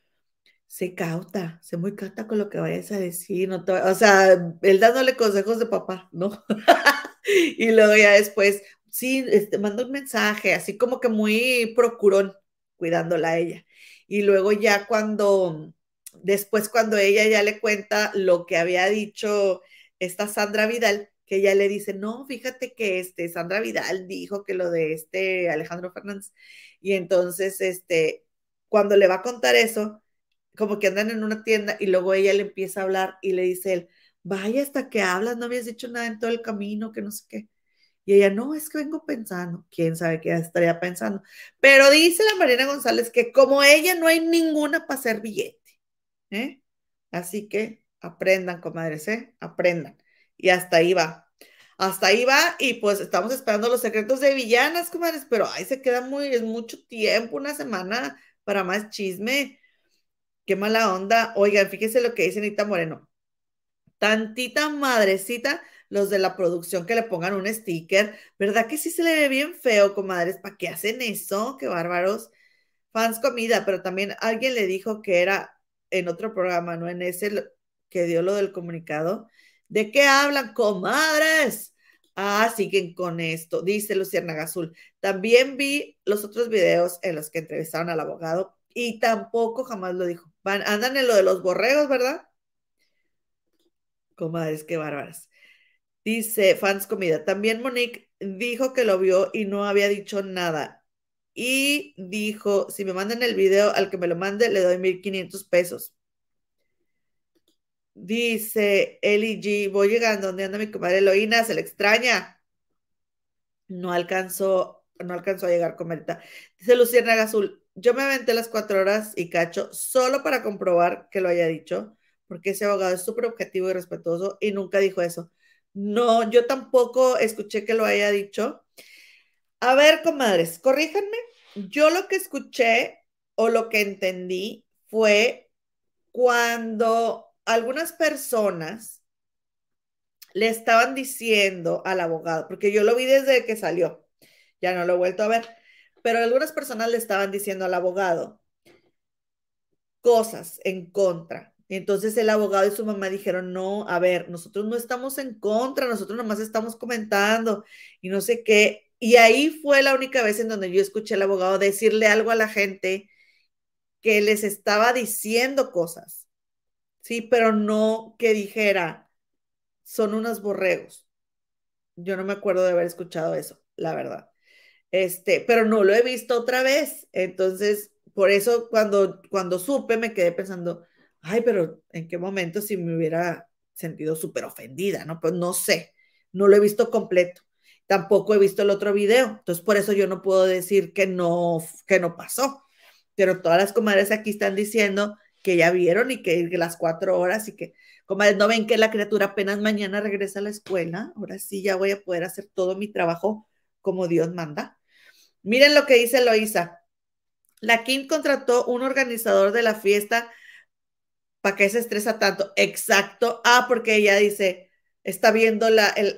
sé muy cauta con lo que vayas a decir, no o sea, él dándole consejos de papá, ¿no? Y luego ya después, sí, manda un mensaje, así como que muy procurón, cuidándola a ella. Y luego ya después cuando ella ya le cuenta lo que había dicho esta Sandra Vidal, que ella le dice, no, fíjate que Sandra Vidal dijo que lo de Alejandro Fernández. Y entonces, cuando le va a contar eso, como que andan en una tienda y luego ella le empieza a hablar y le dice él, vaya, hasta que hablas, no habías dicho nada en todo el camino, que no sé qué. Y ella, no, es que vengo pensando, quién sabe qué estaría pensando. Pero dice la Mariana González que como ella no hay ninguna para hacer billete, ¿eh? Así que aprendan, comadres, ¿eh? Aprendan. Y hasta ahí va. Hasta ahí va y pues estamos esperando los secretos de villanas, comadres, pero ahí se queda es mucho tiempo, una semana para más chisme. Qué mala onda. Oigan, fíjense lo que dice Anita Moreno. Tantita madrecita los de la producción que le pongan un sticker. ¿Verdad que sí se le ve bien feo, comadres? ¿Para qué hacen eso? Qué bárbaros. Fans comida, pero también alguien le dijo que era en otro programa, ¿no? En ese que dio lo del comunicado. ¿De qué hablan, comadres? Ah, siguen con esto, dice Luciérnaga Azul. También vi los otros videos en los que entrevistaron al abogado y tampoco jamás lo dijo. Andan en lo de los borregos, ¿verdad? Comadres, qué bárbaras. Dice Fans Comida. También Monique dijo que lo vio y no había dicho nada. Y dijo, si me mandan el video, al que me lo mande, le doy 1,500 pesos. Dice Eli G, voy llegando, ¿dónde anda mi comadre Eloína? Se le extraña. No alcanzó a llegar, comadita. Dice Luciana Azul, yo me aventé las 4 horas y cacho solo para comprobar que lo haya dicho, porque ese abogado es súper objetivo y respetuoso y nunca dijo eso. No, yo tampoco escuché que lo haya dicho. A ver, comadres, corríjanme. Yo lo que escuché o lo que entendí fue cuando algunas personas le estaban diciendo al abogado, porque yo lo vi desde que salió, ya no lo he vuelto a ver, pero algunas personas le estaban diciendo al abogado cosas en contra. Entonces el abogado y su mamá dijeron, no, a ver, nosotros no estamos en contra, nosotros nomás estamos comentando y no sé qué. Y ahí fue la única vez en donde yo escuché al abogado decirle algo a la gente que les estaba diciendo cosas, sí, pero no que dijera, son unos borregos. Yo no me acuerdo de haber escuchado eso, la verdad. Pero no lo he visto otra vez. Entonces, por eso cuando supe me quedé pensando, ay, pero ¿en qué momento si me hubiera sentido súper ofendida, no? Pues no sé, no lo he visto completo. Tampoco he visto el otro video. Entonces, por eso yo no puedo decir que no pasó. Pero todas las comadres aquí están diciendo que ya vieron y que las 4 horas y que Comadres, ¿no ven que la criatura apenas mañana regresa a la escuela? Ahora sí ya voy a poder hacer todo mi trabajo como Dios manda. Miren lo que dice Eloisa. La Kim contrató un organizador de la fiesta. ¿Para qué se estresa tanto? Exacto. Ah, porque ella dice, está viendo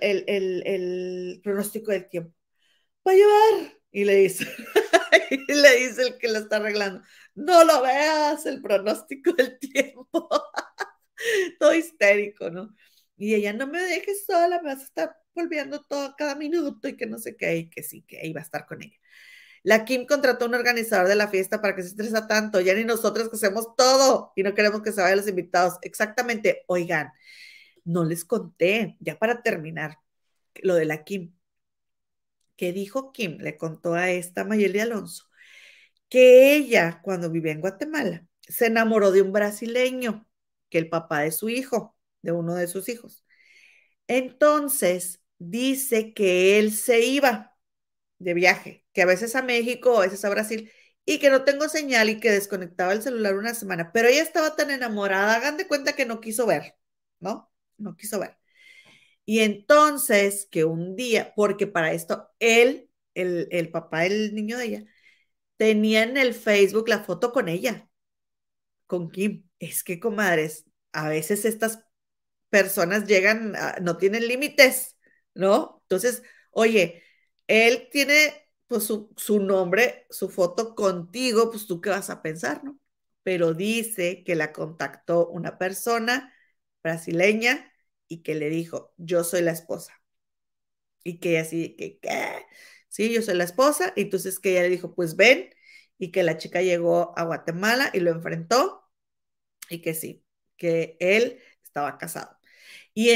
el pronóstico del tiempo. Va a llover. Y le dice, y le dice el que lo está arreglando, no lo veas, el pronóstico del tiempo. Todo histérico, ¿no? Y ella, no me dejes sola, me vas a estar volviendo todo cada minuto y que no sé qué, y que sí, que iba a estar con ella. La Kim contrató a un organizador de la fiesta para que se estresa tanto, ya ni nosotros que hacemos todo y no queremos que se vayan los invitados. Exactamente, oigan, no les conté, ya para terminar, lo de la Kim. ¿Qué dijo Kim? Le contó a esta Mayeli Alonso que ella, cuando vivía en Guatemala, se enamoró de un brasileño, que el papá de su hijo, de uno de sus hijos. Entonces, dice que él se iba de viaje, que a veces a México, a veces a Brasil, y que no tengo señal y que desconectaba el celular una semana, pero ella estaba tan enamorada, hagan de cuenta que no quiso ver, ¿no? No quiso ver. Y entonces, que un día, porque para esto, él, el papá del niño de ella, tenía en el Facebook la foto con ella, con Kim. Es que, comadres, a veces estas personas llegan, no tienen límites, ¿no? Entonces, oye, él tiene pues su nombre, su foto contigo, pues tú qué vas a pensar, ¿no? Pero dice que la contactó una persona brasileña y que le dijo, yo soy la esposa. Y que ella así, que, ¿qué? Sí, yo soy la esposa. Y entonces que ella le dijo, pues ven, y que la chica llegó a Guatemala y lo enfrentó y que sí, que él estaba casado. Y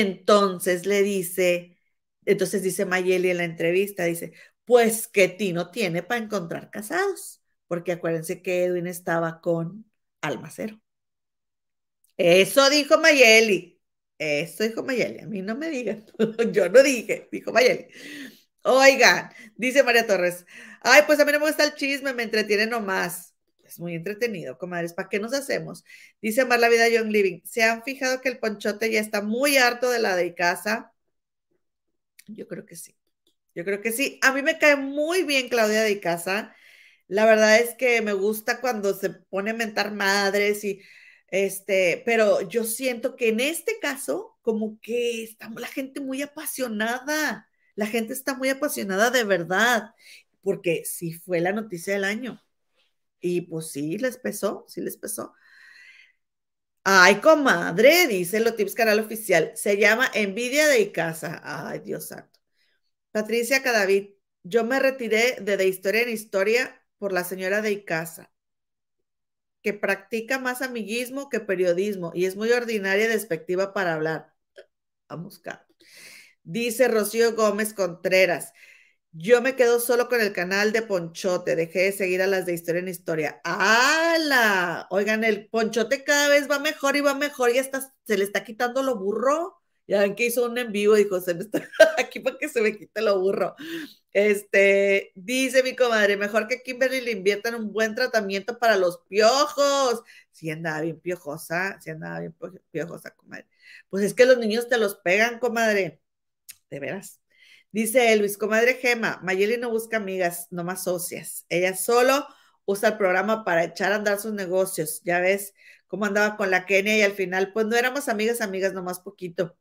entonces dice Mayeli en la entrevista, dice, pues que Tino tiene para encontrar casados, porque acuérdense que Edwin estaba con Almacero. Eso dijo Mayeli, a mí no me digan, yo no dije, dijo Mayeli. Oigan, dice María Torres, ay, pues a mí no me gusta el chisme, me entretiene nomás. Es muy entretenido, comadres, ¿para qué nos hacemos? Dice Amar la Vida Young Living, ¿se han fijado que el Ponchote ya está muy harto de la de casa? Yo creo que sí, yo creo que sí. A mí me cae muy bien Claudia de Casa. La verdad es que me gusta cuando se pone a mentar madres y pero yo siento que en este caso, como que estamos la gente muy apasionada. La gente está muy apasionada de verdad, porque sí fue la noticia del año. Y pues sí les pesó, sí les pesó. Ay, comadre, dice lo tips canal oficial. Se llama Envidia de Icaza. Ay, Dios santo. Patricia Cadavid, yo me retiré de Historia en Historia por la señora de Icaza, que practica más amiguismo que periodismo y es muy ordinaria y despectiva para hablar. A buscar. Dice Rocío Gómez Contreras, yo me quedo solo con el canal de Ponchote, dejé de seguir a las de Historia en Historia. ¡Hala! Oigan, el Ponchote cada vez va mejor y hasta se le está quitando lo burro. Ya ven que hizo un en vivo, dijo, se me está aquí para que se me quite lo burro. Dice mi comadre, mejor que Kimberly le inviertan un buen tratamiento para los piojos. Sí andaba bien piojosa, sí andaba bien piojosa, comadre. Pues es que los niños te los pegan, comadre. De veras. Dice Luis, comadre Gema, Mayeli no busca amigas, nomás socias. Ella solo usa el programa para echar a andar sus negocios. Ya ves cómo andaba con la Kenia y al final, pues no éramos amigas, nomás poquito.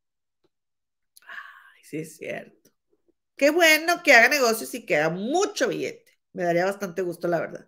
Ay, sí es cierto. Qué bueno que haga negocios y que haga mucho billete. Me daría bastante gusto, la verdad.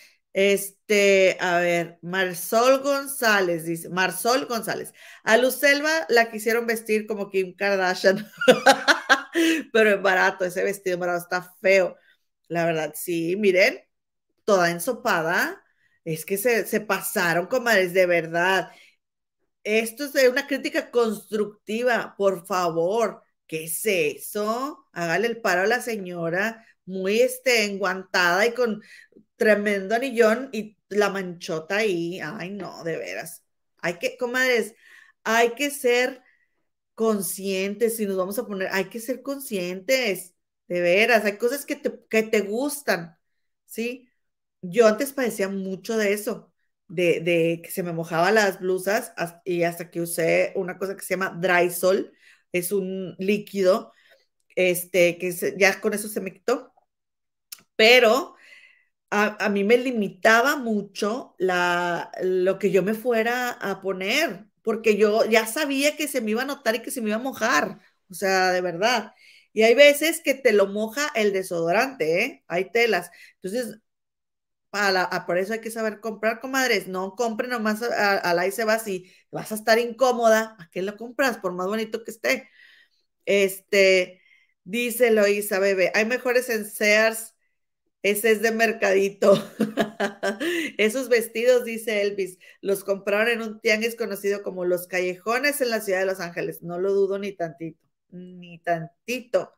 A ver, Marsol González dice, Marsol González, a Lucelva la quisieron vestir como Kim Kardashian, pero es barato, ese vestido barato está feo. La verdad, sí, miren, toda ensopada, es que se pasaron, comadres, de verdad. Esto es una crítica constructiva, por favor. ¿Qué es eso? Hágale el paro a la señora, muy enguantada y con tremendo anillón y la manchota ahí. Ay, no, de veras. Comadres, hay que ser conscientes, si nos vamos a poner, hay que ser conscientes, de veras. Hay cosas que te gustan, ¿sí? Yo antes padecía mucho de eso. de que se me mojaba las blusas y hasta que usé una cosa que se llama Drysol, es un líquido, ya con eso se me quitó, pero a mí me limitaba mucho lo que yo me fuera a poner, porque yo ya sabía que se me iba a notar y que se me iba a mojar, o sea, de verdad. Y hay veces que te lo moja el desodorante, ¿eh? Hay telas. Entonces, por eso hay que saber comprar, comadres. No compren nomás al ahí se va si vas a estar incómoda. ¿A qué lo compras? Por más bonito que esté. Este, dice Loisa, bebé, hay mejores en Sears, ese es de mercadito. Esos vestidos, dice Elvis, los compraron en un tianguis conocido como Los Callejones en la ciudad de Los Ángeles. No lo dudo ni tantito, ni tantito.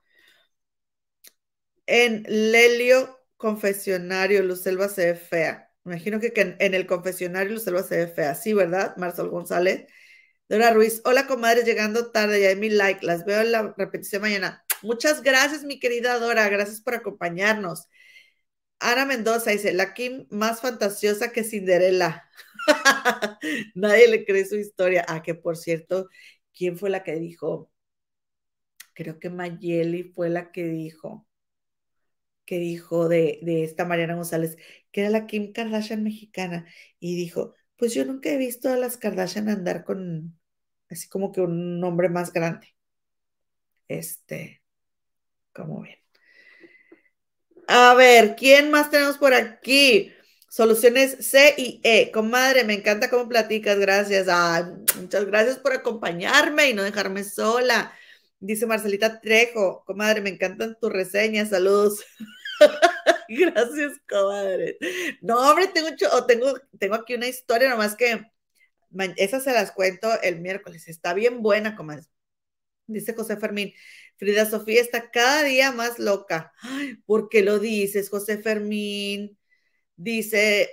En Lelio Confesionario, Lucelva se ve fea. Me imagino que en el confesionario Lucelva se ve fea. Sí, ¿verdad? Marcel González. Dora Ruiz, hola comadres, llegando tarde, ya de mi like, las veo en la repetición mañana. Muchas gracias, mi querida Dora, gracias por acompañarnos. Ana Mendoza dice, la Kim más fantasiosa que Cinderella. Nadie le cree su historia. Ah, que por cierto, ¿quién fue la que dijo? Creo que Mayeli fue la que dijo de esta Mariana González, que era la Kim Kardashian mexicana, y dijo, pues yo nunca he visto a las Kardashian andar con, así como que un hombre más grande. Como ven. A ver, ¿quién más tenemos por aquí? Soluciones C y E. Comadre, me encanta cómo platicas, gracias. Ay, muchas gracias por acompañarme y no dejarme sola. Dice Marcelita Trejo, comadre, me encantan tus reseñas, saludos. Gracias, comadre. No, hombre, tengo aquí una historia, nomás que esas se las cuento el miércoles. Está bien buena, comadre. Dice José Fermín, Frida Sofía está cada día más loca. Ay, ¿por qué lo dices, José Fermín? Dice,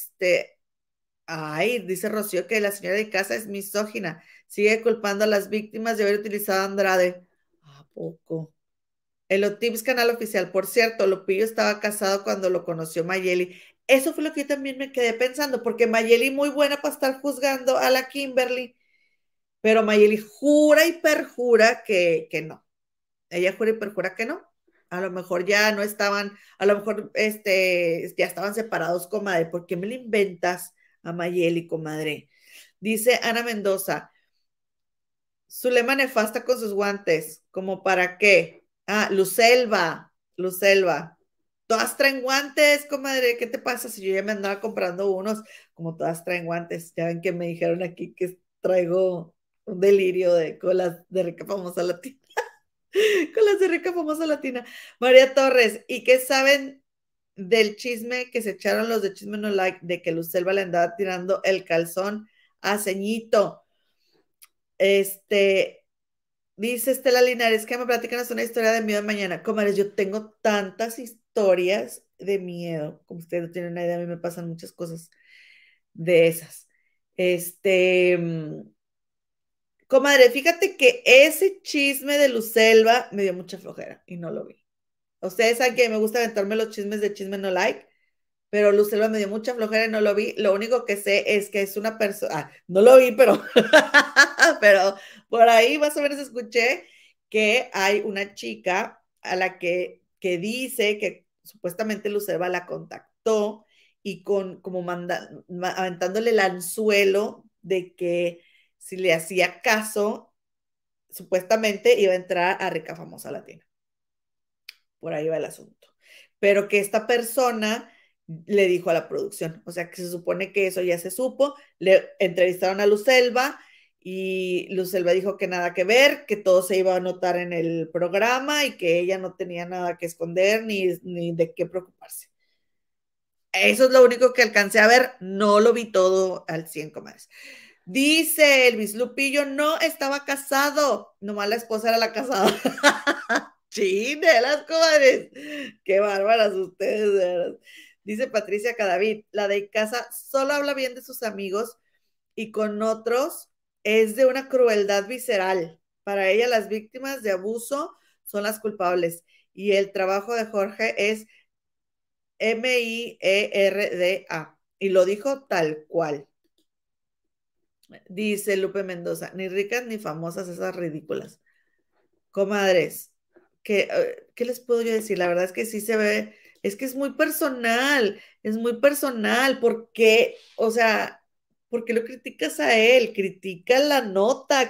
dice Rocío que la señora de casa es misógina. Sigue culpando a las víctimas de haber utilizado a Andrade. ¿A poco? Elotips Canal Oficial. Por cierto, Lupillo estaba casado cuando lo conoció Mayeli. Eso fue lo que yo también me quedé pensando, porque Mayeli muy buena para estar juzgando a la Kimberly, pero Mayeli jura y perjura que no. Ella jura y perjura que no. A lo mejor ya no estaban, a lo mejor ya estaban separados, comadre. ¿Por qué me le inventas a Mayeli, comadre? Dice Ana Mendoza, Zulema nefasta con sus guantes. ¿Cómo para qué? Ah, Lucelva. Todas traen guantes, comadre. ¿Qué te pasa si yo ya me andaba comprando unos? Como todas traen guantes. Ya ven que me dijeron aquí que traigo un delirio de colas de rica famosa latina. Con las de rica famosa latina. María Torres, ¿y qué saben del chisme que se echaron los de Chisme No Like de que Lucelva le andaba tirando el calzón a Ceñito? Dice Estela Linares, que me platican una historia de miedo de mañana. Comadres, yo tengo tantas historias de miedo, como ustedes no tienen una idea, a mí me pasan muchas cosas de esas. Comadre, fíjate que ese chisme de Lucelva me dio mucha flojera y no lo vi. Ustedes saben que me gusta aventarme los chismes de Chisme No Like, pero Lucelva me dio mucha flojera y no lo vi. Lo único que sé es que es una persona, no lo vi, pero, pero por ahí más o menos escuché que hay una chica a la que dice que supuestamente Lucelva la contactó y como aventándole el anzuelo de que si le hacía caso, supuestamente iba a entrar a Rica Famosa Latina. Por ahí va el asunto. Pero que esta persona le dijo a la producción, o sea que se supone que eso ya se supo, le entrevistaron a Lucelva y Lucelva dijo que nada que ver, que todo se iba a notar en el programa y que ella no tenía nada que esconder ni de qué preocuparse. Eso es lo único que alcancé a ver, no lo vi todo al 100, comadres. Dice Elvis, Lupillo no estaba casado, nomás la esposa era la casada. Chinelas, comadres. Qué bárbaras ustedes, de verdad. Dice Patricia Cadavid, la de casa solo habla bien de sus amigos y con otros es de una crueldad visceral. Para ella las víctimas de abuso son las culpables y el trabajo de Jorge es M-I-E-R-D-A. y lo dijo tal cual. Dice Lupe Mendoza, ni ricas ni famosas esas ridículas. Comadres, ¿qué les puedo yo decir? La verdad es que sí se ve, es que es muy personal, porque, o sea, ¿por qué lo criticas a él? Critica la nota,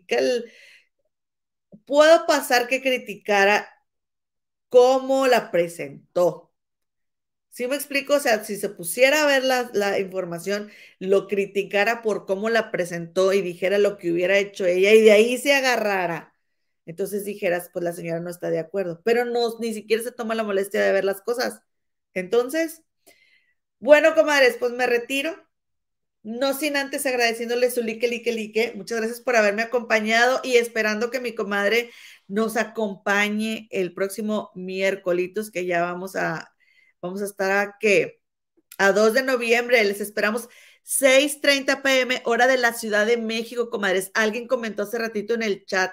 puedo pasar que criticara cómo la presentó. ¿Sí me explico? O sea, si se pusiera a ver la información, lo criticara por cómo la presentó y dijera lo que hubiera hecho ella y de ahí se agarrara. Entonces dijeras, pues la señora no está de acuerdo, pero no, ni siquiera se toma la molestia de ver las cosas. Entonces, bueno, comadres, pues me retiro. No sin antes agradeciéndole su like. Muchas gracias por haberme acompañado y esperando que mi comadre nos acompañe el próximo miércoles, que ya vamos a estar a 2 de noviembre. Les esperamos 6:30 p.m. hora de la Ciudad de México, comadres. Alguien comentó hace ratito en el chat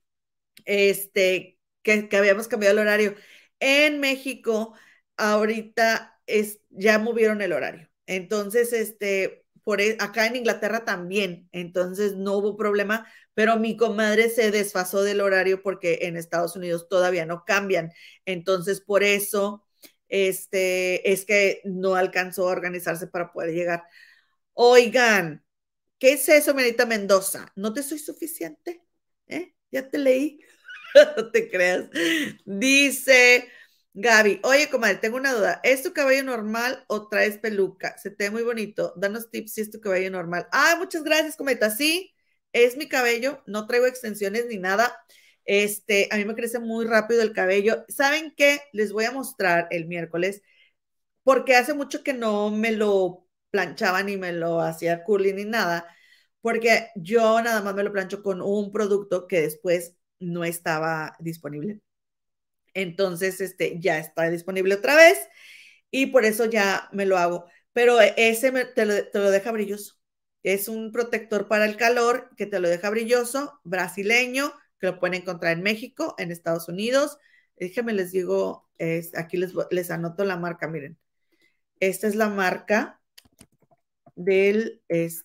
que habíamos cambiado el horario. En México, ahorita ya movieron el horario. Entonces, acá en Inglaterra también, entonces no hubo problema, pero mi comadre se desfasó del horario porque en Estados Unidos todavía no cambian. Entonces, por eso es que no alcanzó a organizarse para poder llegar. Oigan, ¿qué es eso, Menita Mendoza? ¿No te soy suficiente? Ya te leí. No te creas. Dice Gaby, oye, comadre, tengo una duda. ¿Es tu cabello normal o traes peluca? Se te ve muy bonito. Danos tips si es tu cabello normal. Ah, muchas gracias, cometa. Sí, es mi cabello. No traigo extensiones ni nada. A mí me crece muy rápido el cabello. ¿Saben qué? Les voy a mostrar el miércoles, porque hace mucho que no me lo planchaba ni me lo hacía curly ni nada, porque yo nada más me lo plancho con un producto que después no estaba disponible. Entonces, ya está disponible otra vez y por eso ya me lo hago. Pero ese te lo deja brilloso. Es un protector para el calor que te lo deja brilloso, brasileño, que lo pueden encontrar en México, en Estados Unidos. Déjenme les digo, aquí les anoto la marca, miren. Esta es la marca del,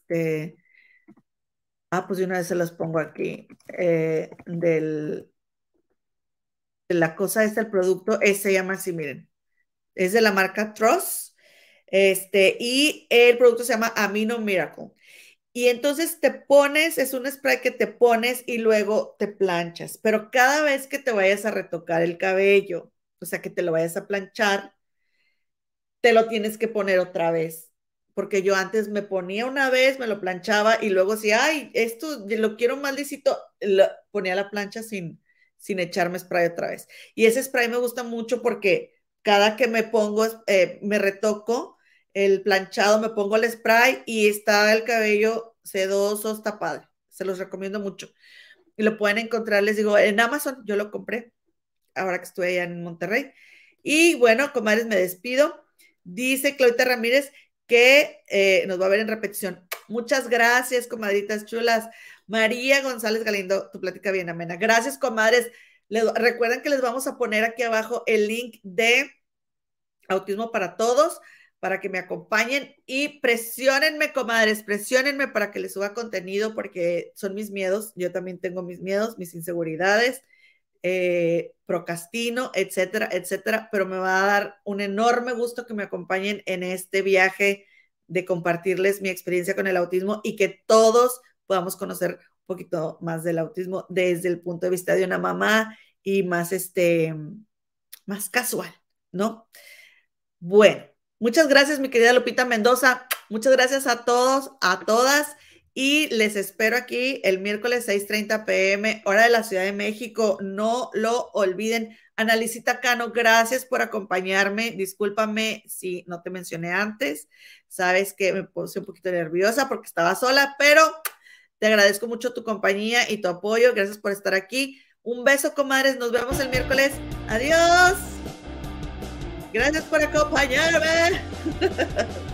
pues de una vez se los pongo aquí, de la cosa el producto, se llama así, miren, es de la marca Trust, y el producto se llama Amino Miracle. Y entonces te pones, es un spray que te pones y luego te planchas, pero cada vez que te vayas a retocar el cabello, o sea, que te lo vayas a planchar, te lo tienes que poner otra vez, porque yo antes me ponía una vez, me lo planchaba y luego si, ay, esto lo quiero más lisito, ponía la plancha sin echarme spray otra vez. Y ese spray me gusta mucho porque cada que me pongo, me retoco el planchado, me pongo el spray y está el cabello sedoso, está padre. Se los recomiendo mucho. Y lo pueden encontrar, les digo, en Amazon. Yo lo compré ahora que estoy allá en Monterrey. Y bueno, comadres, me despido. Dice Claudita Ramírez que nos va a ver en repetición. Muchas gracias, comadritas chulas. María González Galindo, tu plática bien amena. Gracias, comadres. Recuerden que les vamos a poner aquí abajo el link de Autismo para Todos para que me acompañen y presionenme, comadres, presionenme para que les suba contenido porque son mis miedos. Yo también tengo mis miedos, mis inseguridades, procrastino, etcétera, etcétera, pero me va a dar un enorme gusto que me acompañen en este viaje de compartirles mi experiencia con el autismo y que todos podamos conocer un poquito más del autismo desde el punto de vista de una mamá y más, más casual, ¿no? Bueno, muchas gracias, mi querida Lupita Mendoza. Muchas gracias a todos, a todas. Y les espero aquí el miércoles 6:30 p.m. hora de la Ciudad de México. No lo olviden. Analicita Cano, gracias por acompañarme. Discúlpame si no te mencioné antes. Sabes que me puse un poquito nerviosa porque estaba sola, pero te agradezco mucho tu compañía y tu apoyo. Gracias por estar aquí. Un beso, comadres. Nos vemos el miércoles. Adiós. Gracias por acompañarme.